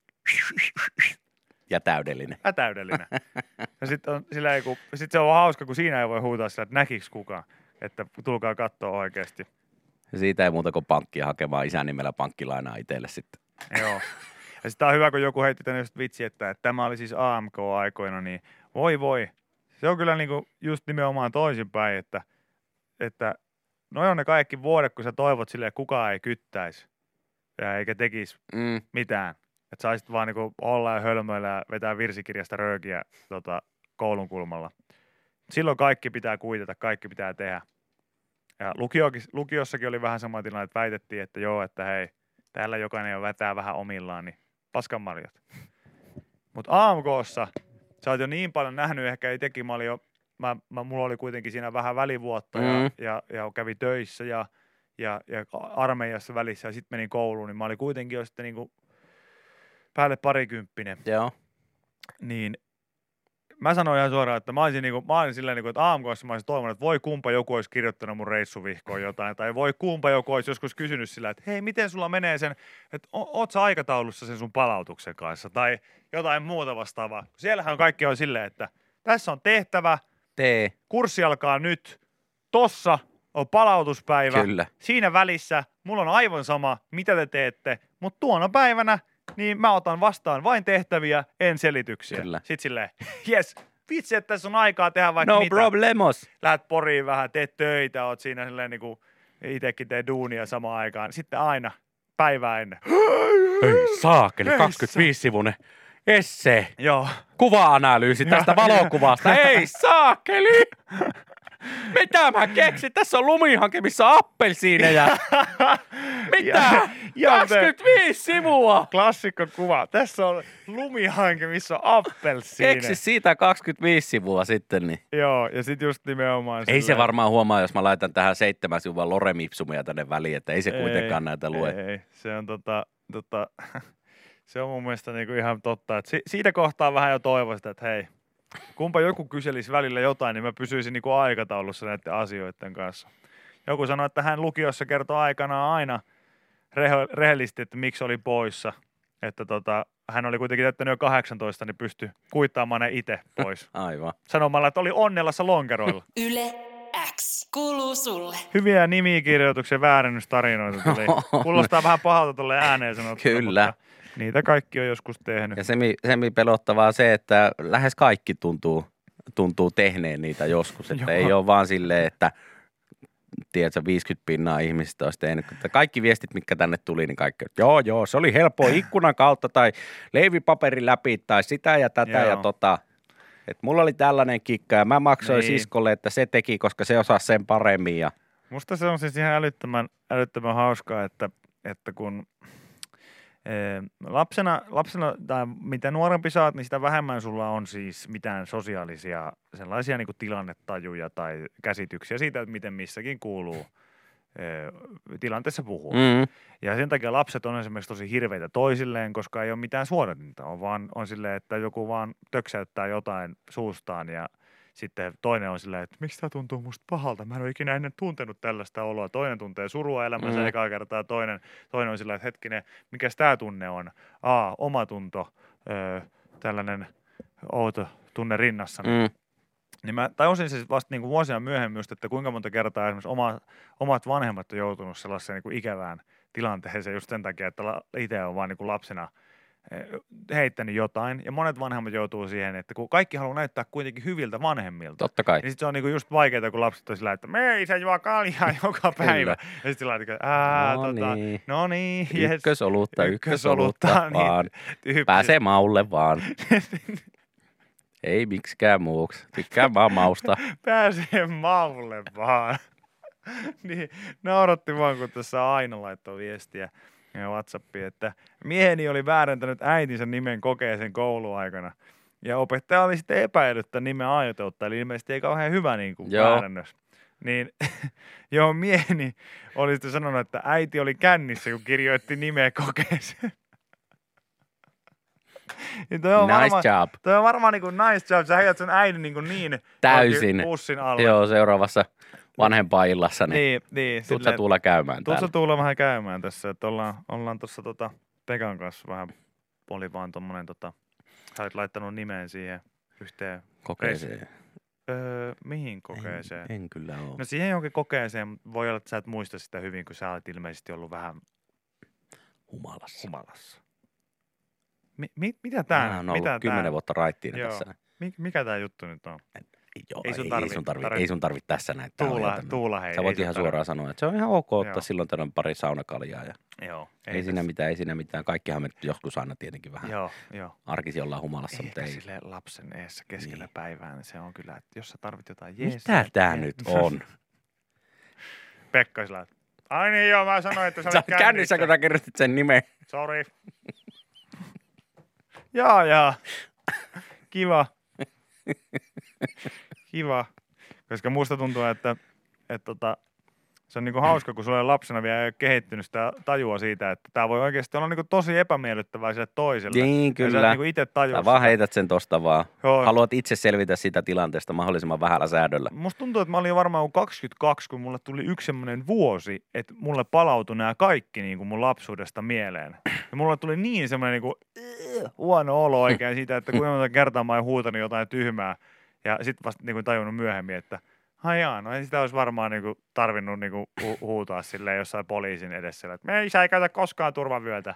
Ja täydellinen. ja täydellinen. Ja sitten on silleen, kun, sit se on hauska, kun siinä ei voi huutaa sillä, että näkiks kukaan, että tulkaa katsoa oikeasti. Ja siitä ei muuta kuin pankkia hakemaan isän nimellä pankkilainaa itselle sitten. Joo. Ja sitten on hyvä, kun joku heitti tänne just vitsi, että, että tämä oli siis A M K-aikoina, niin voi voi. Se on kyllä niinku just nimenomaan toisinpäin, että, että noi on ne kaikki vuodet, kun sä toivot silleen, että kukaan ei kyttäisi ja eikä tekisi Mm. mitään. Että saisit vaan niinku olla ja hölmöillä ja vetää virsikirjasta röökiä tota, koulun kulmalla. Silloin kaikki pitää kuitata, kaikki pitää tehdä. Ja lukiokin, lukiossakin oli vähän sama tilanne, että väitettiin, että joo, että hei, täällä jokainen on vetää vähän omillaan, niin paskanmarjat. Mutta A M K:ssa sä oot jo niin paljon nähnyt, ehkä itsekin mä olin jo, mä, mä, mulla oli kuitenkin siinä vähän välivuotta ja, Mm. ja, ja kävi töissä ja, ja, ja armeijassa välissä ja sitten menin kouluun, niin mä olin kuitenkin jo sitten niinku päälle parikymppinen. Joo. Niin mä sanoin ihan suoraan, että mä olisin, niinku, mä olisin silleen, niinku, että A M K:ssa mä olisin toivonut, että voi kumpa joku olisi kirjoittanut mun reissuvihkoon jotain, tai voi kumpa joku olisi joskus kysynyt sillä, että hei, miten sulla menee sen, että o- oot sä aikataulussa sen sun palautuksen kanssa, tai jotain muuta vastaavaa. Siellähän kaikki on silleen, että tässä on tehtävä, Tee. kurssi alkaa nyt, tossa on palautuspäivä, Kyllä. siinä välissä mulla on aivan sama, mitä te teette, mutta tuona päivänä niin mä otan vastaan vain tehtäviä, en selityksiä. Kyllä. Sitten silleen, jes, vitsi, että tässä on aikaa tehdä vaikka No mitä. problemos. Lähet Poriin vähän, teet töitä, oot siinä silleen niin kuin itsekin teet duunia samaan aikaan. Sitten aina päivää ennen. Ei saakeli, Ei kaksikymmentäviisi-sivuinen essee. Joo. Kuva-analyysi tästä Joo, valokuvasta. Ei saakeli! Mitä mä keksin? Tässä on lumihanke, missä on appelsiineja. Mitä? Ja- kaksikymmentäviisi sivua! Klassikko kuva. Tässä on lumihanke, missä on appelsiine. Keksi siitä kaksikymmentäviisi sivua sitten. Niin. Joo, ja sit just nimenomaan Ei se silleen- varmaan huomaa, jos mä laitan tähän seitsemän sivua loremipsumia tänne väliin, että ei se kuitenkaan näitä lue. Ei, ei. Se on tota, tota se on mun mielestä niinku ihan totta, että si- siitä kohtaa vähän jo toivoista, että hei, kumpa joku kyselisi välillä jotain, niin mä pysyisin niinku aikataulussa näiden asioiden kanssa. Joku sanoi, että hän lukiossa kertoo aikanaan aina reho- rehellisesti, että miksi oli poissa. Että tota, hän oli kuitenkin täyttänyt jo kahdeksantoista, niin pystyi kuittaamaan ne itse pois. Aivan. Sanomalla, että oli onnellassa lonkeroilla. Yle X kuuluu sulle. Hyviä nimikirjoituksen väärennystarinoita tuli. Kuulostaa vähän pahalta tuolle ääneen sanottuna, Kyllä. mutta niitä kaikki on joskus tehnyt. Ja semi, semi pelottavaa se, että lähes kaikki tuntuu, tuntuu tehneen niitä joskus. Että Joo. ei ole vaan silleen, että tiedätkö, viisikymmentä pinnaa ihmisistä olisi tehnyt. Että kaikki viestit, mitkä tänne tuli, niin kaikki, että joo, joo, se oli helppoa ikkunan kautta tai leivipaperin läpi tai sitä ja tätä Joo. ja tota. Että mulla oli tällainen kikka ja mä maksoin Niin. siskolle, että se teki, koska se osasi sen paremmin. Ja Musta se on siis ihan älyttömän, älyttömän hauskaa, että, että kun Lapsena, lapsena tai mitä nuorempi sä oot, niin sitä vähemmän sulla on siis mitään sosiaalisia sellaisia niin kuin tilannetajuja tai käsityksiä siitä, että miten missäkin kuuluu tilanteessa puhua. Mm. Ja sen takia lapset on esimerkiksi tosi hirveitä toisilleen, koska ei ole mitään suodatinta. On vaan on silleen, että joku vaan töksäyttää jotain suustaan ja sitten toinen on silleen, että miksi tämä tuntuu musta pahalta? Mä en ole ikinä ennen tuntenut tällaista oloa. Toinen tuntee surua elämänsä mm. ekaa kertaa. Toinen, toinen on silleen, että hetkinen, mikäs tämä tunne on? Aa, omatunto, öö, tällainen outo tunne rinnassa. Mm. Niin mä tajusin siis vasta niinku vuosia myöhemmin just, että kuinka monta kertaa esimerkiksi oma, omat vanhemmat on joutunut sellaiseen niinku ikävään tilanteeseen just sen takia, että itse on vaan niinku lapsena heittänyt jotain. Ja monet vanhemmat joutuu siihen, että kun kaikki haluaa näyttää kuitenkin hyviltä vanhemmilta. Totta kai. Niin sit se on niinku just vaikeaa, kun lapset on sillä, että me isä juo kaljaa joka päivä. Ja sit sillä on, ää, no tota, niin. no niin. Yes. Ykkösolutta, ykkösolutta, ykkösolutta vaan. Niin, pääsee maulle vaan. Ei miksikään muuksi. Tykkään vaan mausta. Pääsee maulle vaan. Niin, nauratti vaan, kun tässä Aino laittoi viestiä ja WhatsAppiin, että mieheni oli väärentänyt äitinsä nimen kokeeseen kouluaikana. Ja opettaja oli sitten epäillyt tämän nimen aioteutta, eli ilmeisesti ei kauhean hyvä niin kuin väärännös. Niin joo, mieheni oli sitten sanonut, että äiti oli kännissä, kun kirjoitti nimeä kokeeseen. Niin toi on nice varmaan, job. Toi on varmaan niin kuin nice job. Sä heijät sen äidin niin, kuin niin täysin pussin alle. Joo, seuraavassa vanhempainillassa. Niin, niin, niin tuut sä tuulla käymään täällä. Tuut sä tuulla vähän käymään tässä. Että ollaan, ollaan tuossa tota Pekan kanssa vähän, oli vaan tommonen tota, sä olit laittanut nimeen siihen yhteen. Kokeeseen. Reis- öö, mihin kokeeseen? En, en kyllä oo. No siihen johonkin kokeeseen, voi olla, että sä et muista sitä hyvin, kun sä olet ilmeisesti ollut vähän humalassa. humalassa. Mi- mi- mitä tää? Mä oon ollut mitä kymmenen tää? vuotta raittiina Joo. tässä. Mi- mikä tää juttu nyt on? Joo, ei sun ei, tarvi, ei sun tarvi, tarvi. ei sun tarvi tässä näitä. Tuula, tuula hei. Sä voit ihan tarvi. suoraan sanoa, että se on ihan ok ottaa Joo. silloin tällöin pari saunakaljaa. Ja Joo. ei, ei siinä mitään, ei siinä mitään. Kaikkihan me joskus aina tietenkin vähän joo, joo. arkisi ollaan humalassa, Eikä mutta ei. sille lapsen eessä keskellä niin. päivää, niin se on kyllä, että jos sä tarvit jotain jeesiä. Mitä tää nyt on? Pekka sillä, ai niin joo, mä sanoin, että sä olet kännissä. Kännissä, kun sä kirjoitit sen nimen. Sori. Jaa, jaa. Kiva. Kiva. Koska musta tuntuu, että, että tota, se on niinku hauska, kun sulla lapsena vielä ei ole kehittynyt sitä tajua siitä, että tää voi oikeasti olla niinku tosi epämiellyttävää sille toiselle. Niin, kyllä. Ja sä et niinku ite tajua sä vaan sitä. heität sen tosta vaan. Joo. Haluat itse selvitä sitä tilanteesta mahdollisimman vähällä säädöllä. Musta tuntuu, että mä olin varmaan kaksikymmentäkaksi, kun mulle tuli yksi semmoinen vuosi, että mulle palautui nämä kaikki niin kuin mun lapsuudesta mieleen. Ja mulle tuli niin semmoinen niin kuin, huono olo oikein siitä, että kuinka monta kertaa mä oon huutanut jotain tyhmää. Ja sitten vasta niin kuin tajunnut myöhemmin, että ai jaa, no ei sitä olisi varmaan niin kuin tarvinnut niin kuin hu- huutaa silleen jossain poliisin edessä, että me isä ei käytä koskaan turvavyötä.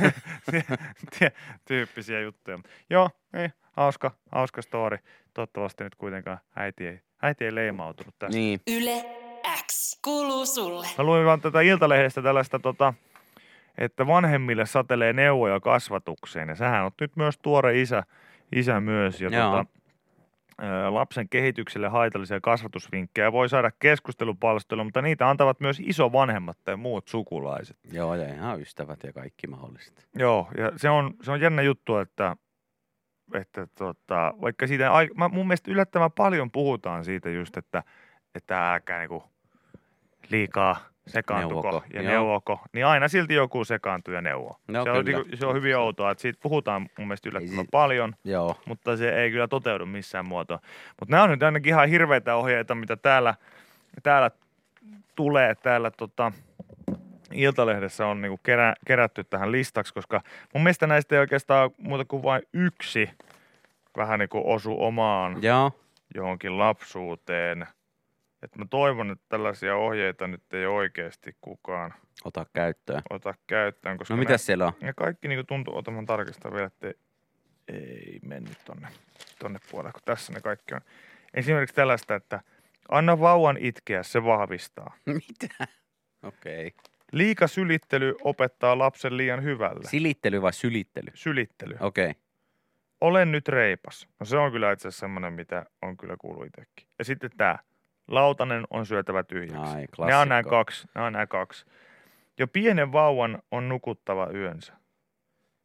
Tyyppisiä juttuja. Joo, ei, hauska, hauska story. Toivottavasti nyt kuitenkaan äiti ei, äiti ei leimautunut tästä. Niin. Yle X kuuluu sulle. Mä luin vaan tätä Iltalehdestä tällaista, tota, että vanhemmille satelee neuvoja kasvatukseen. Ja sähän oot nyt myös tuore isä, isä myös. Ja tota, ä, lapsen kehitykselle haitallisia kasvatusvinkkejä voi saada keskustelupalstoilla, mutta niitä antavat myös isovanhemmat tai muut sukulaiset. Joo, ja ihan ystävät ja kaikki mahdollista. Joo, ja se on, se on jännä juttu, että, että tota, vaikka siitä, mä, mun mielestä yllättävän paljon puhutaan siitä just, että, että älkää niinku liikaa sekaantuko Neuvoko, ja joo. neuvoko, niin aina silti joku sekaantuu ja neuvoo. No, se, on, kyllä. niinku, se on hyvin outoa, että siitä puhutaan mun mielestä yllättävän si- paljon, Joo. mutta se ei kyllä toteudu missään muotoa. Mutta nämä on nyt ainakin ihan hirveitä ohjeita, mitä täällä, täällä tulee, täällä tota, Iltalehdessä on niinku kerä, kerätty tähän listaksi, koska mun mielestä näistä ei oikeastaan muuta kuin vain yksi vähän niin kuin osu omaan Joo. johonkin lapsuuteen. Et mä toivon, että tällaisia ohjeita nyt ei oikeasti kukaan Ota käyttöön. ota käyttöön. Koska No ne, mitäs siellä on? ne kaikki niin tuntuu, ota mä tarkistan vielä, että ei, ei mennyt tonne, tonne puolelle, kun tässä ne kaikki on. Esimerkiksi tällaista, että anna vauvan itkeä, se vahvistaa. Mitä? Okei. Okay. Liika sylittely opettaa lapsen liian hyvällä. Silittely vai sylittely? Sylittely. Okei. Okay. Olen nyt reipas. No se on kyllä itse asiassa semmoinen, mitä on kyllä kuullut itsekin. Ja sitten tämä. Lautanen on syötävä tyhjäksi. Ai, ne klassikko. on nämä kaksi. Ne on nämä kaksi. Jo pienen vauvan on nukuttava yönsä.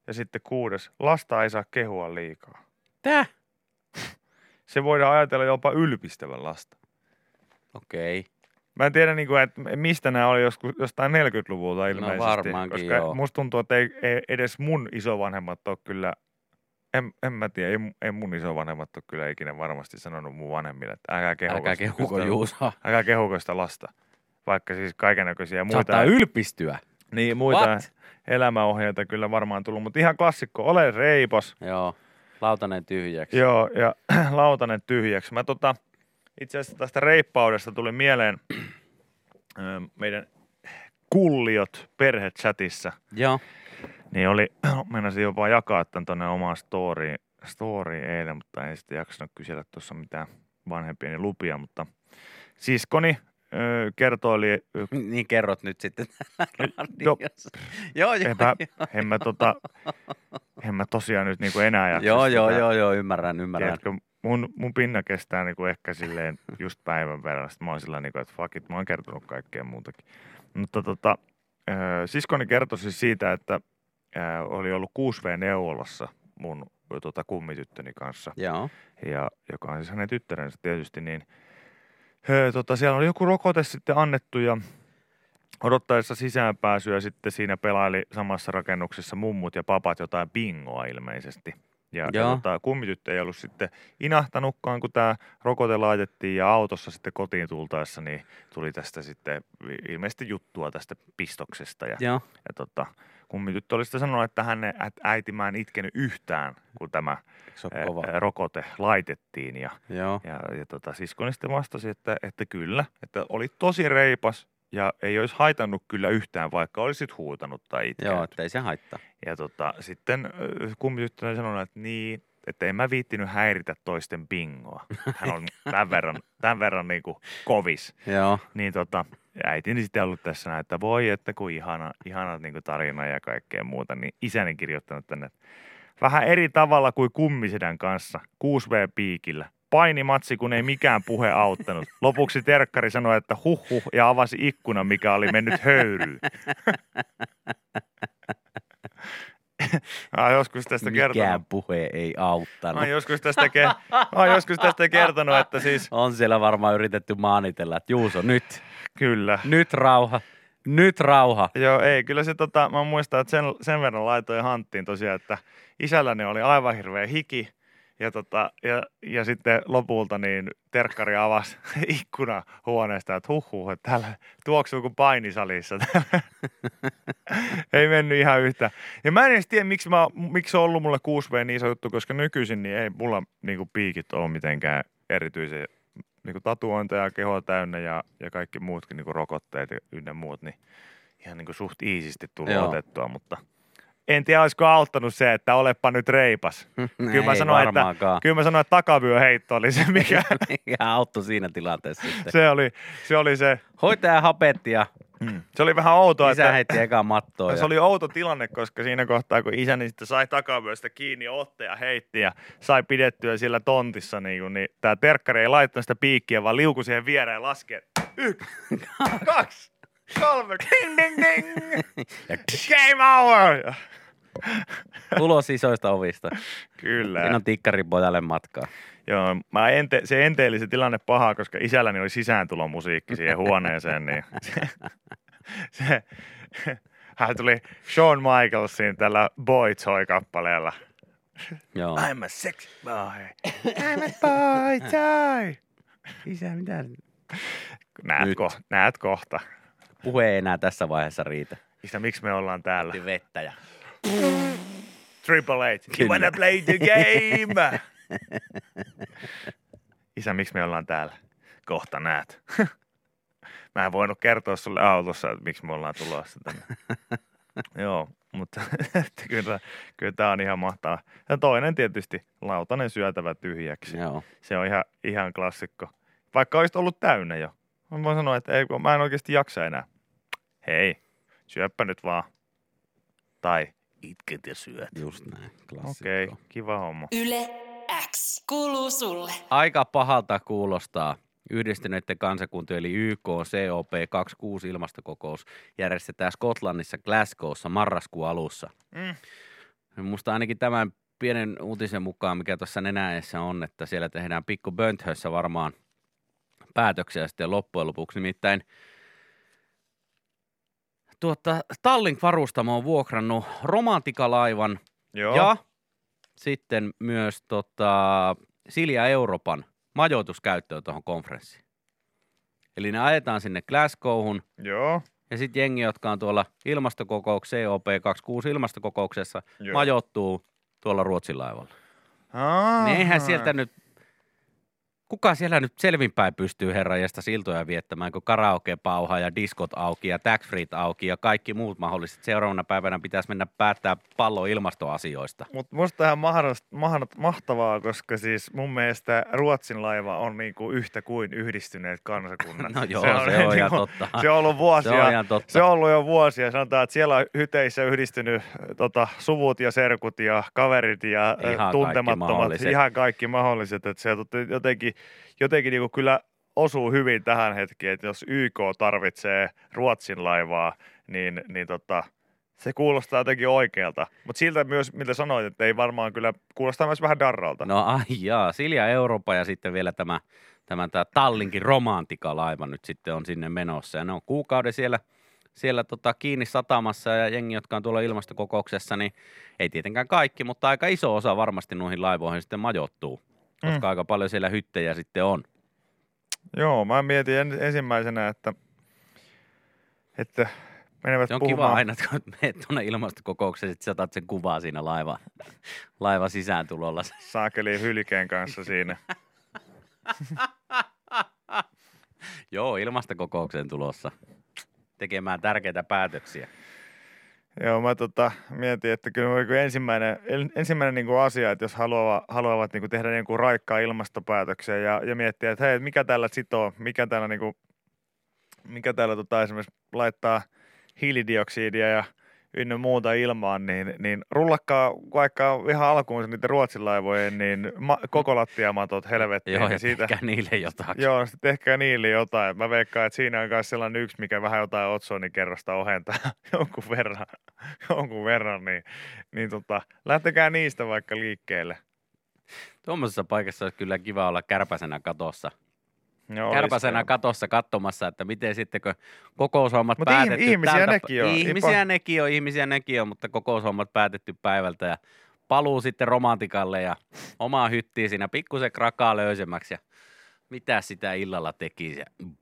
Ja sitten kuudes, lasta ei saa kehua liikaa. Tää? Se voidaan ajatella jopa ylpistävän lasta. Okei. Okay. Mä en tiedä, niin kuin, että mistä nämä oli joskus, jostain neljäkymmentäluvulta ilmeisesti. No varmaankin, koska joo. musta tuntuu, että ei, ei edes mun isovanhemmat ole kyllä, en, en mä tiedä, ei, ei mun isovanhemmat ole kyllä ikinä varmasti sanonut mun vanhemmille, että älkää kehuko, Älkää kehuko sitä, Juusoa. älkää kehuko sitä lasta. Vaikka siis kaikennäköisiä muita. Saattaa ylpistyä. Niin, muita What? elämäohjeita kyllä varmaan tullut, mutta ihan klassikko, ole reipas. Joo, lautanen tyhjäksi. Joo, ja lautanen tyhjäksi. Mä tota, itse asiassa tästä reippaudesta tuli mieleen ö, meidän kulliot perhechatissa. Joo. Niin oli, meinasin jopa jakaa tämän tuonne omaan storyin, storyin eilen, mutta en sitten jaksanut kysellä tuossa mitään vanhempieni lupia, mutta siskoni ö, kertoili. Niin kerrot nyt sitten. Jo, joo, joo. enpä, en mä tota, en mä tosiaan nyt niinku enää jaksa. Joo, joo, sitä. joo, joo, ymmärrän, ymmärrän. Tiedätkö, mun, mun pinna kestää niinku ehkä silleen just päivän verran. Sitten mä oon sillä niinku, että fuck it, mä oon kertonut kaikkea muutakin. Mutta tota, ö, siskoni kertoi siis siitä, että ö, oli ollut kuusi vuotta-neuvolassa mun tota, kummityttöni kanssa. Joo. Ja, joka on siis hänen tyttärensä tietysti, niin ö, tota, siellä oli joku rokote sitten annettu ja odottaessa sisäänpääsyä sitten siinä pelaili samassa rakennuksessa mummut ja papat jotain bingoa ilmeisesti. Ja, ja tota, kummityttö ei ollut sitten inahtanutkaan, kun tämä rokote laitettiin ja autossa sitten kotiin tultaessa, niin tuli tästä sitten ilmeisesti juttua tästä pistoksesta. Ja, Joo. ja tota, kummityttö oli sitten sanonut, että hän, että äiti mä en itkenyt yhtään, kun tämä ää, rokote laitettiin. Ja, Joo. ja, ja tota, siskoni sitten vastasi, että, että kyllä, että oli tosi reipas. Ja ei olisi haitannut kyllä yhtään, vaikka olisit huutanut tai itkenyt. Joo, että ei se haittaa. Ja tota, sitten kummityttö sanoi, että niin, että en mä viittinyt häiritä toisten bingoa. Hän on tämän verran, tämän verran niin kuin kovis. Joo. Niin tota, äitini sitten ollut tässä näin, että voi, että kun ihana, ihana niin kuin tarina ja kaikkea muuta. Niin isäni kirjoittanut tänne, että vähän eri tavalla kuin kummisedän kanssa, kuusi vuotta-piikillä. Painimatsi, kun ei mikään puhe auttanut. Lopuksi terkkari sanoi, että huh huh, ja avasi ikkunan, mikä oli mennyt höyryyn. Mä joskus tästä mikään kertonut. puhe ei auttanut. Mä joskus tästä, ke- mä joskus tästä kertonut, että siis... On siellä varmaan yritetty maanitella, että Juuso, nyt. Kyllä. Nyt rauha. Nyt rauha. Joo, ei. Kyllä se tota, mä muistan, että sen, sen verran laitoin hanttiin tosiaan, että isälläni oli aivan hirveä hiki. Ja, tota, ja, ja sitten lopulta niin terkkari avasi ikkuna huoneesta, että huh huh, että täällä tuoksuu kuin painisalissa. Ei mennyt ihan yhtä. Ja mä en edes tiedä, miksi, mä, miksi se on ollut mulle kuusi vuotta niin iso juttu, koska nykyisin niin ei mulla niinku piikit ole mitenkään erityisiä niinku tatuointeja, kehoa täynnä ja, ja kaikki muutkin niinku rokotteet ja ynnä muut, niin ihan niinku suht iisisti tullut Joo. otettua, mutta... En tiedä, olisiko auttanut se, että olepa nyt reipas. Kyllä mä, sanoin, että, kyllä mä sanoin, että takavyöheitto oli se, mikä... mikä auttoi siinä tilanteessa sitten. se, oli, se oli se... Hoitaja hapetti ja mm. Se oli vähän outoa, isä että... heitti eka mattoa. Se ja... oli outo tilanne, koska siinä kohtaa, kun isäni sitten sai takavyöstä kiinni otte ja heitti ja sai pidettyä sillä tontissa, niin, niin tämä terkkari ei laittanut sitä piikkiä, vaan liukui siihen viereen ja laski, yksi, kaksi, kolme, ding, ding, ding, game over! Ulos isoista ovista. Kyllä. Siinä on tikkaripojalle matkaa. Joo, mä ente, se enteili se tilanne pahaa, koska isälläni oli sisääntulomusiikki siihen huoneeseen, niin se, se, hän tuli Shawn Michaelsin tällä Boy Toy-kappaleella. Joo. I'm a sexy boy, I'm a boy toy. Isä, mitä? Näet, ko, näet kohta. Puhe ei enää tässä vaiheessa riitä. Isä, miksi me ollaan täällä? Vettä ja... Triple H, you wanna play the game? Isä, miksi me ollaan täällä? Kohta näet. Mä en voinut kertoa sulle autossa, että miksi me ollaan tulossa tänne. Joo, mutta kyllä, kyllä tää on ihan mahtavaa. Ja toinen tietysti, lautanen syötävä tyhjäksi. Joo. Se on ihan, ihan klassikko. Vaikka olisit ollut täynnä jo. Mä voin sanoa, että ei, mä en oikeasti jaksa enää. Hei, syöppä nyt vaan. Tai itket ja syöt. Just näin, klassikko. Okei, okay, kiva homma. Yle X kuuluu sulle. Aika pahalta kuulostaa. Yhdistyneiden kansakuntien eli Y K C O P kaksikymmentäkuusi ilmastokokous järjestetään Skotlannissa Glasgowssa marraskuun alussa. Mm. Musta ainakin tämän pienen uutisen mukaan, mikä tuossa nenäessä on, että siellä tehdään pikku Bönthössä varmaan päätöksiä sitten loppujen lopuksi. Nimittäin tuota, Tallink-varustamo on vuokrannut romantikalaivan Joo. ja sitten myös tota, Silja Euroopan majoituskäyttöön tuohon konferenssiin. Eli ne ajetaan sinne Glasgowhun Joo. ja sitten jengi, jotka on tuolla ilmastokokouksessa, C O P kaksikymmentäkuusi ilmastokokouksessa, Joo. majoittuu tuolla Ruotsin laivalla. Aha. Niin eihän sieltä nyt, kuka siellä nyt selvinpäin pystyy herranjesta siltoja viettämään, kun karaoke-pauha ja diskot auki ja tax-freet auki ja kaikki muut mahdolliset. Seuraavana päivänä pitäisi mennä päättää pallo ilmastoasioista. Mutta musta ihan mahtavaa, koska siis mun mielestä Ruotsin laiva on niinku yhtä kuin yhdistyneet kansakunnat. No joo, se on, se on ihan totta. Se on ollut vuosia. Se on ihan totta. Se on ollut jo vuosia. Sanotaan, että siellä on hyteissä yhdistynyt tota, suvut ja serkut ja kaverit ja Ihan tuntemattomat. kaikki Ihan kaikki mahdolliset. Että se jotenkin, jotenkin niinku kyllä osuu hyvin tähän hetkeen, että jos Y K tarvitsee Ruotsin laivaa, niin, niin tota, se kuulostaa jotenkin oikealta. Mutta siltä myös, mitä sanoit, että ei varmaan kyllä, kuulostaa myös vähän darralta. No ai jaa, Silja Eurooppa ja sitten vielä tämä, tämä, tämä Tallinkin romantikalaiva nyt sitten on sinne menossa. Ja ne on kuukauden siellä, siellä tota kiinni satamassa ja jengi, jotka on tuolla ilmastokokouksessa, niin ei tietenkään kaikki, mutta aika iso osa varmasti noihin laivoihin sitten majoittuu, koska mm. aika paljon siellä hyttejä sitten on. Joo, mä mietin en, ensimmäisenä, että, että menevät se on puhumaan. Kiva aina, kun menet tuonne ilmastokokoukseen, että sä otat sen kuvaa siinä laiva, laiva sisääntulolla. Saakeli hylkeen kanssa siinä. Joo, ilmastokokoukseen tulossa tekemään tärkeitä päätöksiä. Joo, mä tota, mietin, että kyllä ensimmäinen, ensimmäinen niin kuin asia, että jos haluavat, haluavat niin kuin tehdä niin kuin raikkaa ilmastopäätöksiä ja, ja miettiä, että hei, mikä täällä sitoo, mikä täällä, niin kuin, mikä täällä tota, esimerkiksi laittaa hiilidioksidia ja ynnä muuta ilmaan, niin, niin rullakkaa vaikka ihan alkuun niiden Ruotsin laivojen, niin ma, koko lattiamatot helvettiin. Joo, ja ja siitä, tehkää niille jotakin. Joo, sitten tehkää niille jotain. Mä veikkaan, että siinä on myös sellainen yksi, mikä vähän jotain otsonikerrosta ohentaa jonkun verran, jonkun verran niin, niin tota, lähtekää niistä vaikka liikkeelle. Tuommoisessa paikassa olisi kyllä kiva olla kärpäsenä katossa. Joo, Kärpäsenä katossa katsomassa, että miten sitten kun kokoushommat Mut päätetty. ihmisiä tältä, nekin on. Ihmisiä Ipa. nekin on, ihmisiä nekin on, mutta kokoushommat päätetty päivältä ja paluu sitten romantikalle ja omaa hyttiin siinä pikkusen krakaa löysemmäksi ja mitä sitä illalla tekisi.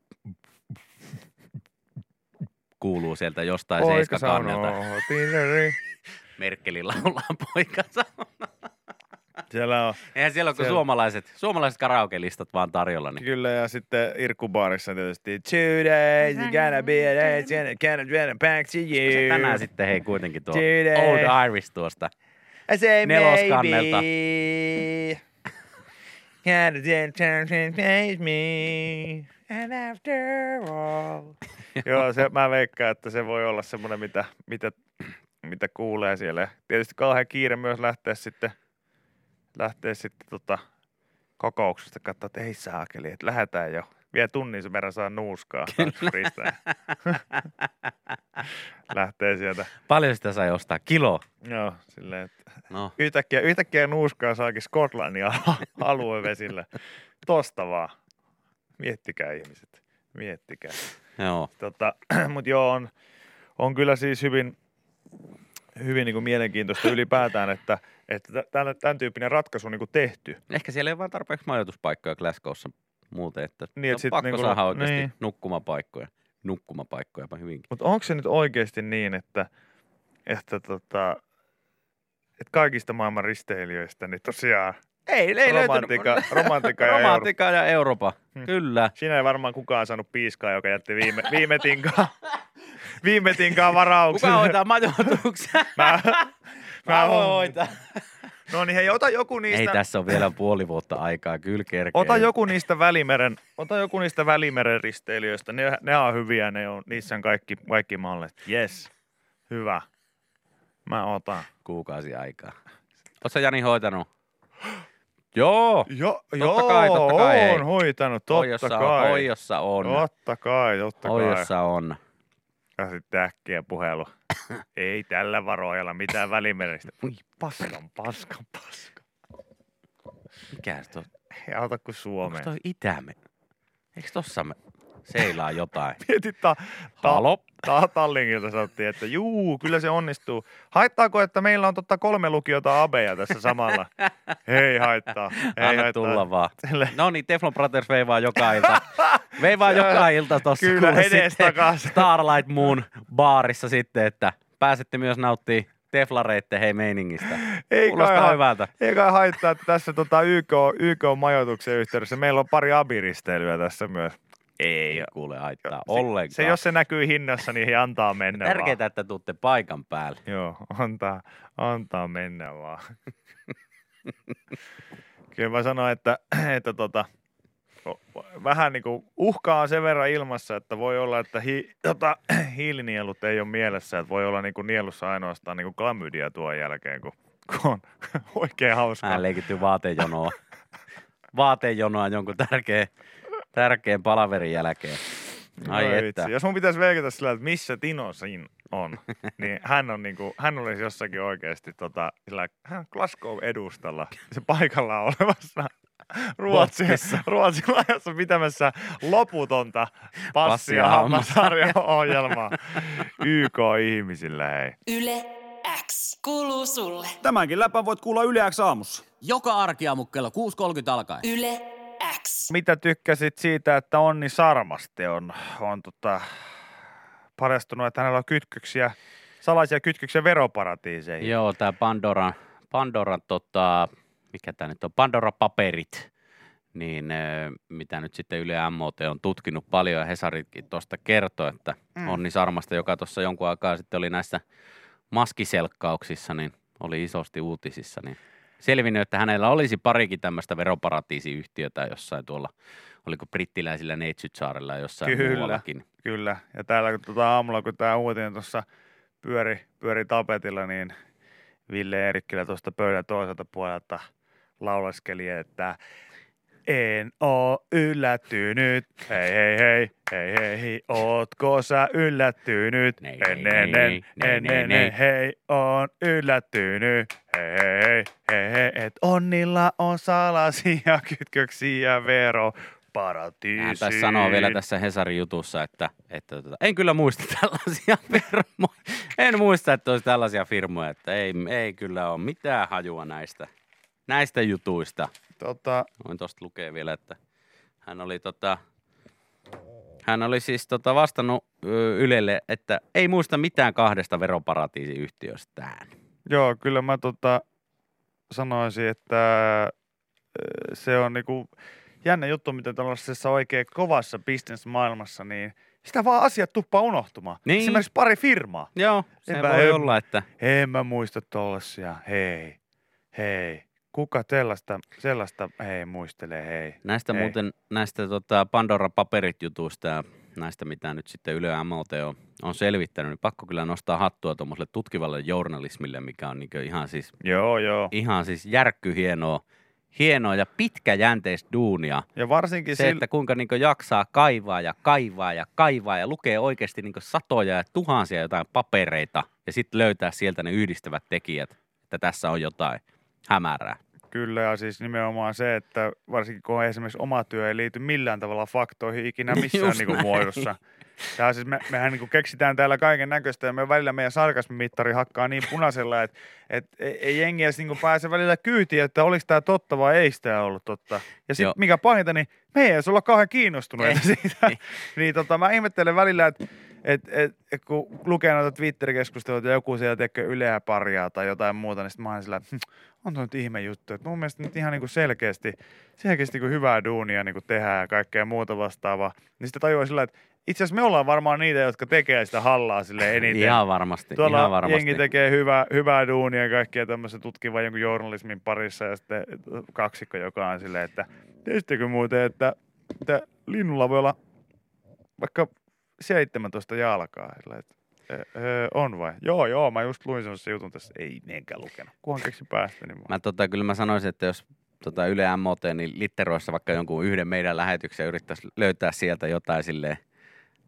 Kuuluu sieltä jostain seiskakannelta. Merkelin laulaa poika sanoo. Siellä on. Eihän siellä ole kuin suomalaiset, suomalaiset karaoke-listat vaan tarjolla. Niin. Kyllä, ja sitten Irkkubaarissa tietysti two days, you gotta be a day, gonna get back to you. Tänään sitten hei kuitenkin tuo Today. Old Irish tuosta I say neloskannelta. maybe, gotta change me, and after all. Joo, se, mä veikkaan, että se voi olla semmoinen, mitä, mitä, mitä kuulee siellä. Tietysti kauhean kiire myös lähteä sitten lähtee sitten tota kokouksesta katsoa, että ei saakeli, että lähdetään jo. Vielä tunnin sen verran saa nuuskaa. Lähtee sieltä. Paljon sitä sai ostaa? Kilo? Joo, silleen, että No. yhtäkkiä, yhtäkkiä nuuskaa saakin Skotlannin aluevesillä. Tosta vaan. Miettikää ihmiset, miettikää. Joo. Tota, mutta joo, on, on kyllä siis hyvin, hyvin niin kuin mielenkiintoista ylipäätään, että Että tämän, tämän tyyppinen ratkaisu on niin kuin tehty. Ehkä siellä ei ole vaan tarpeeksi majoituspaikkoja Glasgowssa muuten, että niin, on et sit pakko niin saada kuin, oikeasti niin. nukkumapaikkoja. Nukkumapaikkoja hyvinkin. Mutta onko se nyt oikeasti niin, että, että, tota, että kaikista maailman risteilijöistä niin tosiaan Ei, ei romantika, löytynyt. romantika ja romantika ja Eurooppa. Hmm. Kyllä. Siinä ei varmaan kukaan saanut piiskaa, joka jätti viime, viime tinkaan, viime tinkaan varauksen. Kuka hoitaa majoituksen? Mä, Mä voin hoitaa. No niin hei, ota joku niistä. Ei tässä on vielä puoli vuotta aikaa, kyllä kerkee. Ota joku niistä Välimeren, ota joku niistä Välimeren risteilijöistä. Ne, ne on hyviä, ne on, niissä on kaikki, kaikki mallit. Yes, hyvä. Mä otan. Kuukausi aikaa. Ootko Jani hoitanut? Joo. Jo, totta joo, kai, totta kai, on hoitanut, totta Hoijossa kai. on, Hoijossa on. Totta kai, totta kai. Hoijossa on. Ja sitten äkkiä puhelu. Ei tällä varoajalla mitään välimeristä. Voi paskan, paskan, paskan. Mikä se on? Ei auta kuin Onko Suomeen. toi Itäme? Eikö tossa me seilaa jotain? Mietit ta- ta- Halo? ta- Tallinkilta sanottiin, että juu, kyllä se onnistuu. Haittaako, että meillä on totta kolme lukiota abeja tässä samalla? Ei haittaa. Ei Anna haittaa. tulla vaan. Sille- No niin, Teflon Brothers vei vaan joka ilta. Vei vaan joka ilta tossa. Kyllä, kuule edestakas. sitten Starlight Moon baarissa sitten, että pääsette myös nauttii teflareitten hei meiningistä. Ei Kuulostaa kai, hyvältä. ei kai haittaa, että tässä tota Y K, Y K-majoituksen yhteydessä meillä on pari abiristeilyä tässä myös. Ei kuule haittaa Se, ollenkaan. se, jos se näkyy hinnassa, niin antaa mennä Tärkeää, vaan. että tuutte paikan päälle. Joo, antaa, antaa mennä vaan. Kyllä mä sanoin, että, että tota, vähän niin kuin uhkaa on sen verran ilmassa, että voi olla, että hi, tota, hiilinielut ei ole mielessä, että voi olla niin kuin nielussa ainoastaan niin kuin klamydia tuon jälkeen, kun, kun on oikein hauskaa. Mä leikitty vaatejonoa. Vaatejonoa jonkun tärkeän, tärkeän palaverin jälkeen. Ai Oi että. vitsi. Jos mun pitäisi veikata sillä, että missä Tino siinä on, niin hän on niinku, hän olisi jossakin oikeasti tota, sillä, hän on Glasgow edustalla, se paikalla olevassa Ruotsin, Botsissa. Ruotsin laajassa pitämässä loputonta Passia passia hammasarjan ohjelmaa Y K-ihmisillä, hei. Yle X kuuluu sulle. Tämänkin läpän voit kuulla Yle X aamussa. Joka arkiaamu kello kuusi kolmekymmentä alkaen. Yle X. Mitä tykkäsit siitä, että Onni Sarmaste on, on tota, paljastunut, että hänellä on kytköksiä, salaisia kytköksiä veroparatiiseihin? Joo, tää Pandoran, Pandoran tota, mikä tää nyt on, Pandora-paperit, niin ö, mitä nyt sitten Yle M O T on tutkinut paljon ja Hesaritkin tuosta kertoi, että mm. Onni Sarmasta, joka tuossa jonkun aikaa sitten oli näissä maskiselkkauksissa, niin oli isosti uutisissa, niin selvinnyt, että hänellä olisi parikin tämmöistä veroparatiisiyhtiötä jossain tuolla, oliko brittiläisillä Neitsytsaarella ja jossain Kyllä. muuallakin. Kyllä. Ja täällä kun tota aamulla, kun tämä uutinen tuossa pyöri, pyöri tapetilla, niin Ville Eerikkilä tuosta pöydän toiselta puolelta laulaskeli, että en oo yllättynyt, hei hei hei, hei hei hei, ootko sä yllättynyt, Nei, en nei, en nei, en, nei, en nei, en nei. en, hei, on yllättynyt, hei hei hei, hei hei, et Onnilla on salaisia kytköksiä veroparatiisiin. Hän taisi sanoa vielä tässä Hesarin jutussa, että, että tota, en kyllä muista tällaisia firmoja. En muista, että olisi tällaisia firmoja, että ei, ei kyllä ole mitään hajua näistä, näistä jutuista. Tota, Voin tuosta lukea vielä, että hän oli, tota, hän oli siis tota vastannut ö, Ylelle, että ei muista mitään kahdesta veroparatiisiyhtiöstään. Joo, kyllä mä tota sanoisin, että ö, se on niinku jännä juttu, miten tällaisessa oikein kovassa bisnesmaailmassa, niin sitä vaan asiat tuppaa unohtumaan. Niin. Esimerkiksi pari firmaa. Joo, se Enpä voi en- olla, että En mä muista tollasia. Hei, hei. Kuka sellaista, sellaista hei muistelee, hei. näistä Ei. muuten, näistä tota Pandora-paperit-jutuista ja näistä, mitä nyt sitten Yle M O T on, on selvittänyt, niin pakko kyllä nostaa hattua tuommoiselle tutkivalle journalismille, mikä on niin ihan siis, Joo, joo. ihan siis järkkyhienoa hienoa ja pitkäjänteistä duunia. Ja varsinkin Se, sillä... että kuinka niin jaksaa kaivaa ja kaivaa ja kaivaa ja lukee oikeasti niin satoja ja tuhansia jotain papereita ja sitten löytää sieltä ne yhdistävät tekijät, että tässä on jotain hämärää. Kyllä, ja siis nimenomaan se, että varsinkin kun esimerkiksi oma työ ei liity millään tavalla faktoihin ikinä missään Just niin kuin näin. muodossa. Tää siis me, mehän niin kuin keksitään täällä kaiken näköistä ja me välillä meidän sarkasmimittari hakkaa niin punaisella, että et, ei, ei jengi edes niin kuin pääse välillä kyytiin, että oliko tämä totta vai ei sitä ollut totta. Ja Joo. sitten mikä pahinta, niin me ei edes olla kauhean kiinnostuneita Ei. siitä. Ei. Niin tota, mä ihmettelen välillä, että et, et, et, kun lukee noita Twitter-keskusteluita ja joku siellä tekee Yleä parjaa tai jotain muuta, niin sitten mä oon sillä, että hm, on tuo nyt ihme juttu. Että mun mielestä nyt ihan niin kuin selkeästi, selkeästi kun hyvää duunia niin kuin tehdään ja kaikkea muuta vastaavaa, niin sitten tajuaa sillä, että itse asiassa me ollaan varmaan niitä, jotka tekee sitä hallaa sille eniten. Ihan varmasti, Tuolla ihan varmasti. jengi tekee hyvää, hyvää duunia ja kaikkea tämmöisen tutkivan jonkun journalismin parissa ja sitten kaksikko, joka on silleen, että tiesittekö muuten, että, että linnulla voi olla vaikka seitsemäntoista jalkaa. Sillä, että, öö, on vai? Joo, joo, mä just luin semmoisen jutun tässä. Ei menkään lukenut. Kunhan keksi päästä, niin Mä tota, kyllä mä sanoisin, että jos tota Yle M O T, niin litteroissa vaikka jonkun yhden meidän lähetyksen yrittäisi löytää sieltä jotain silleen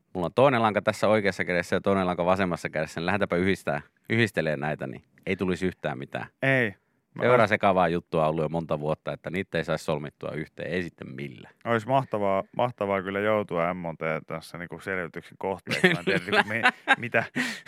Mulla on toinen lanka tässä oikeassa kädessä ja toinen lanka vasemmassa kädessä. Niin lähdetäänpä yhdistää, yhdistelee näitä, niin ei tulisi yhtään mitään. Ei. Sen verran sekavaa juttua on ollut jo monta vuotta, että niitä ei saisi solmittua yhteen, ei sitten millään. Olisi mahtavaa, mahtavaa kyllä joutua M M T tässä niinku selvityksen kohteeksi. Mä en tiedä, niinku, mi, mitä.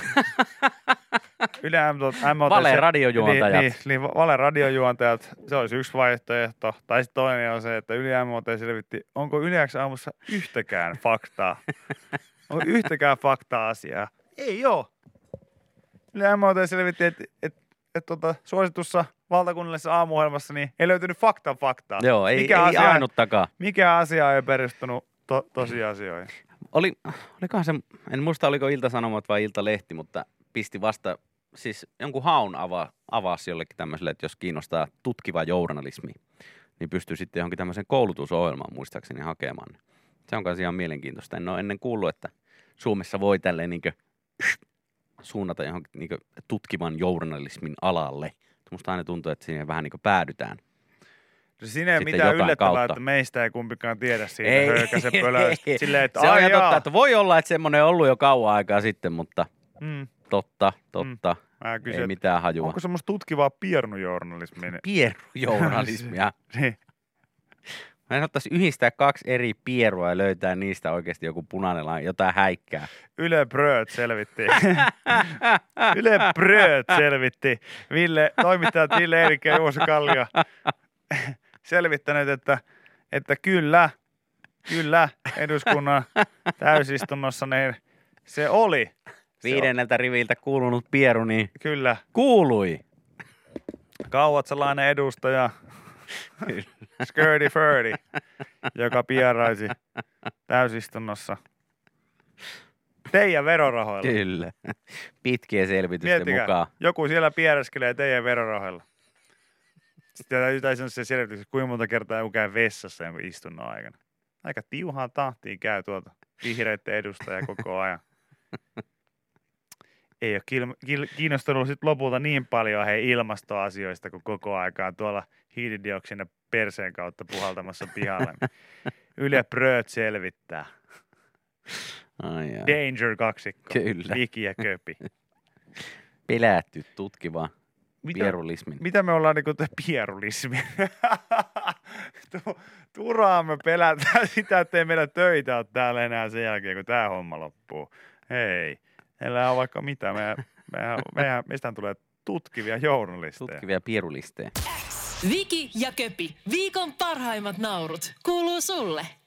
Yle M M T, Vale radiojuontajat. Niin, niin, niin, vale radiojuontajat, se olisi yksi vaihtoehto. Tai sitten toinen on se, että Yle M M T selvitti, onko Yle X aamussa yhtäkään faktaa. Onko yhtäkään fakta-asiaa? Ei oo. Yle M M T selvitti, että et, et, tota, suositussa valtakunnallisessa aamuohjelmassa niin ei löytynyt faktan faktaa. Joo, ei, mikä ei asia, ainuttakaan. Mikä asia ei perustunut to, tosiasioihin? Oli, olikohan se, en muista oliko Ilta-Sanomat vai Ilta-Lehti, mutta pisti vasta, siis jonkun haun ava, avasi jollekin tämmöiselle, että jos kiinnostaa tutkiva journalismi, niin pystyy sitten johonkin tämmöisen koulutusohjelmaan muistaakseni hakemaan. Se on kanssa ihan mielenkiintoista. En ole ennen kuullut, että Suomessa voi tälleen niin kuin suunnata johonkin niin kuin tutkivan journalismin alalle. Musta aina tuntuu, että siihen vähän niin kuin päädytään. Siinä ei Sitten mitään jotain yllättävää, kautta. että meistä ei kumpikaan tiedä siitä Ei. höykäsen pölöistä. Silleen, että Se on ai ihan jaa. totta, että voi olla, että semmoinen on ollut jo kauan aikaa sitten, mutta Mm. totta, totta. Mä Ei kysyn, mitään hajua. onko semmoista tutkivaa piernujournalismia? Pierujournalismia. Niin. Mä en ottaisi yhdistää kaksi eri pierua ja löytää niistä oikeasti joku punainen lain, jotain häikkää. Yle Bröt selvitti. Yle Bröt selvitti. Ville, toimittajat Ville Erik ja Juuso Kallio selvittäneet, että, että kyllä, kyllä eduskunnan täysistunnossa niin se oli. Se Viidenneltä riviltä kuulunut pieru, niin on, kyllä. kuului. Kauatsalainen edustaja Skirty Furdy, joka pieraisi täysistunnossa teidän verorahoilla. Kyllä. Pitkien selvitysten Miettikää, mukaan. joku siellä piereskelee teidän verorahoilla. Sitten täytyy sanoa se selvitys, kuinka monta kertaa joku käy vessassa jonkun istunnon aikana. Aika tiuhaan tahtiin käy tuolta vihreiden edustaja koko ajan. Ei ole kiinnostunut sit lopulta niin paljon hei ilmastoasioista kuin koko aikaan tuolla hiilidioksidin perseen kautta puhaltamassa pihalle. Yle Bröt selvittää. Ai, ai. Danger kaksikko. Kyllä. Viki ja Köpi. Pelätty tutkiva Mitä, pierulismin. mitä me ollaan niinku te pierulismi? Tu- Turhaan me pelätään sitä, että ei meillä töitä ole täällä enää sen jälkeen, kun tää homma loppuu. Hei, meillä on vaikka mitä. Meidän, meidän, meidän, meistä tulee tutkivia journalisteja. Tutkivia pierulisteja. Viki ja Köpi, viikon parhaimmat naurut, kuuluu sulle.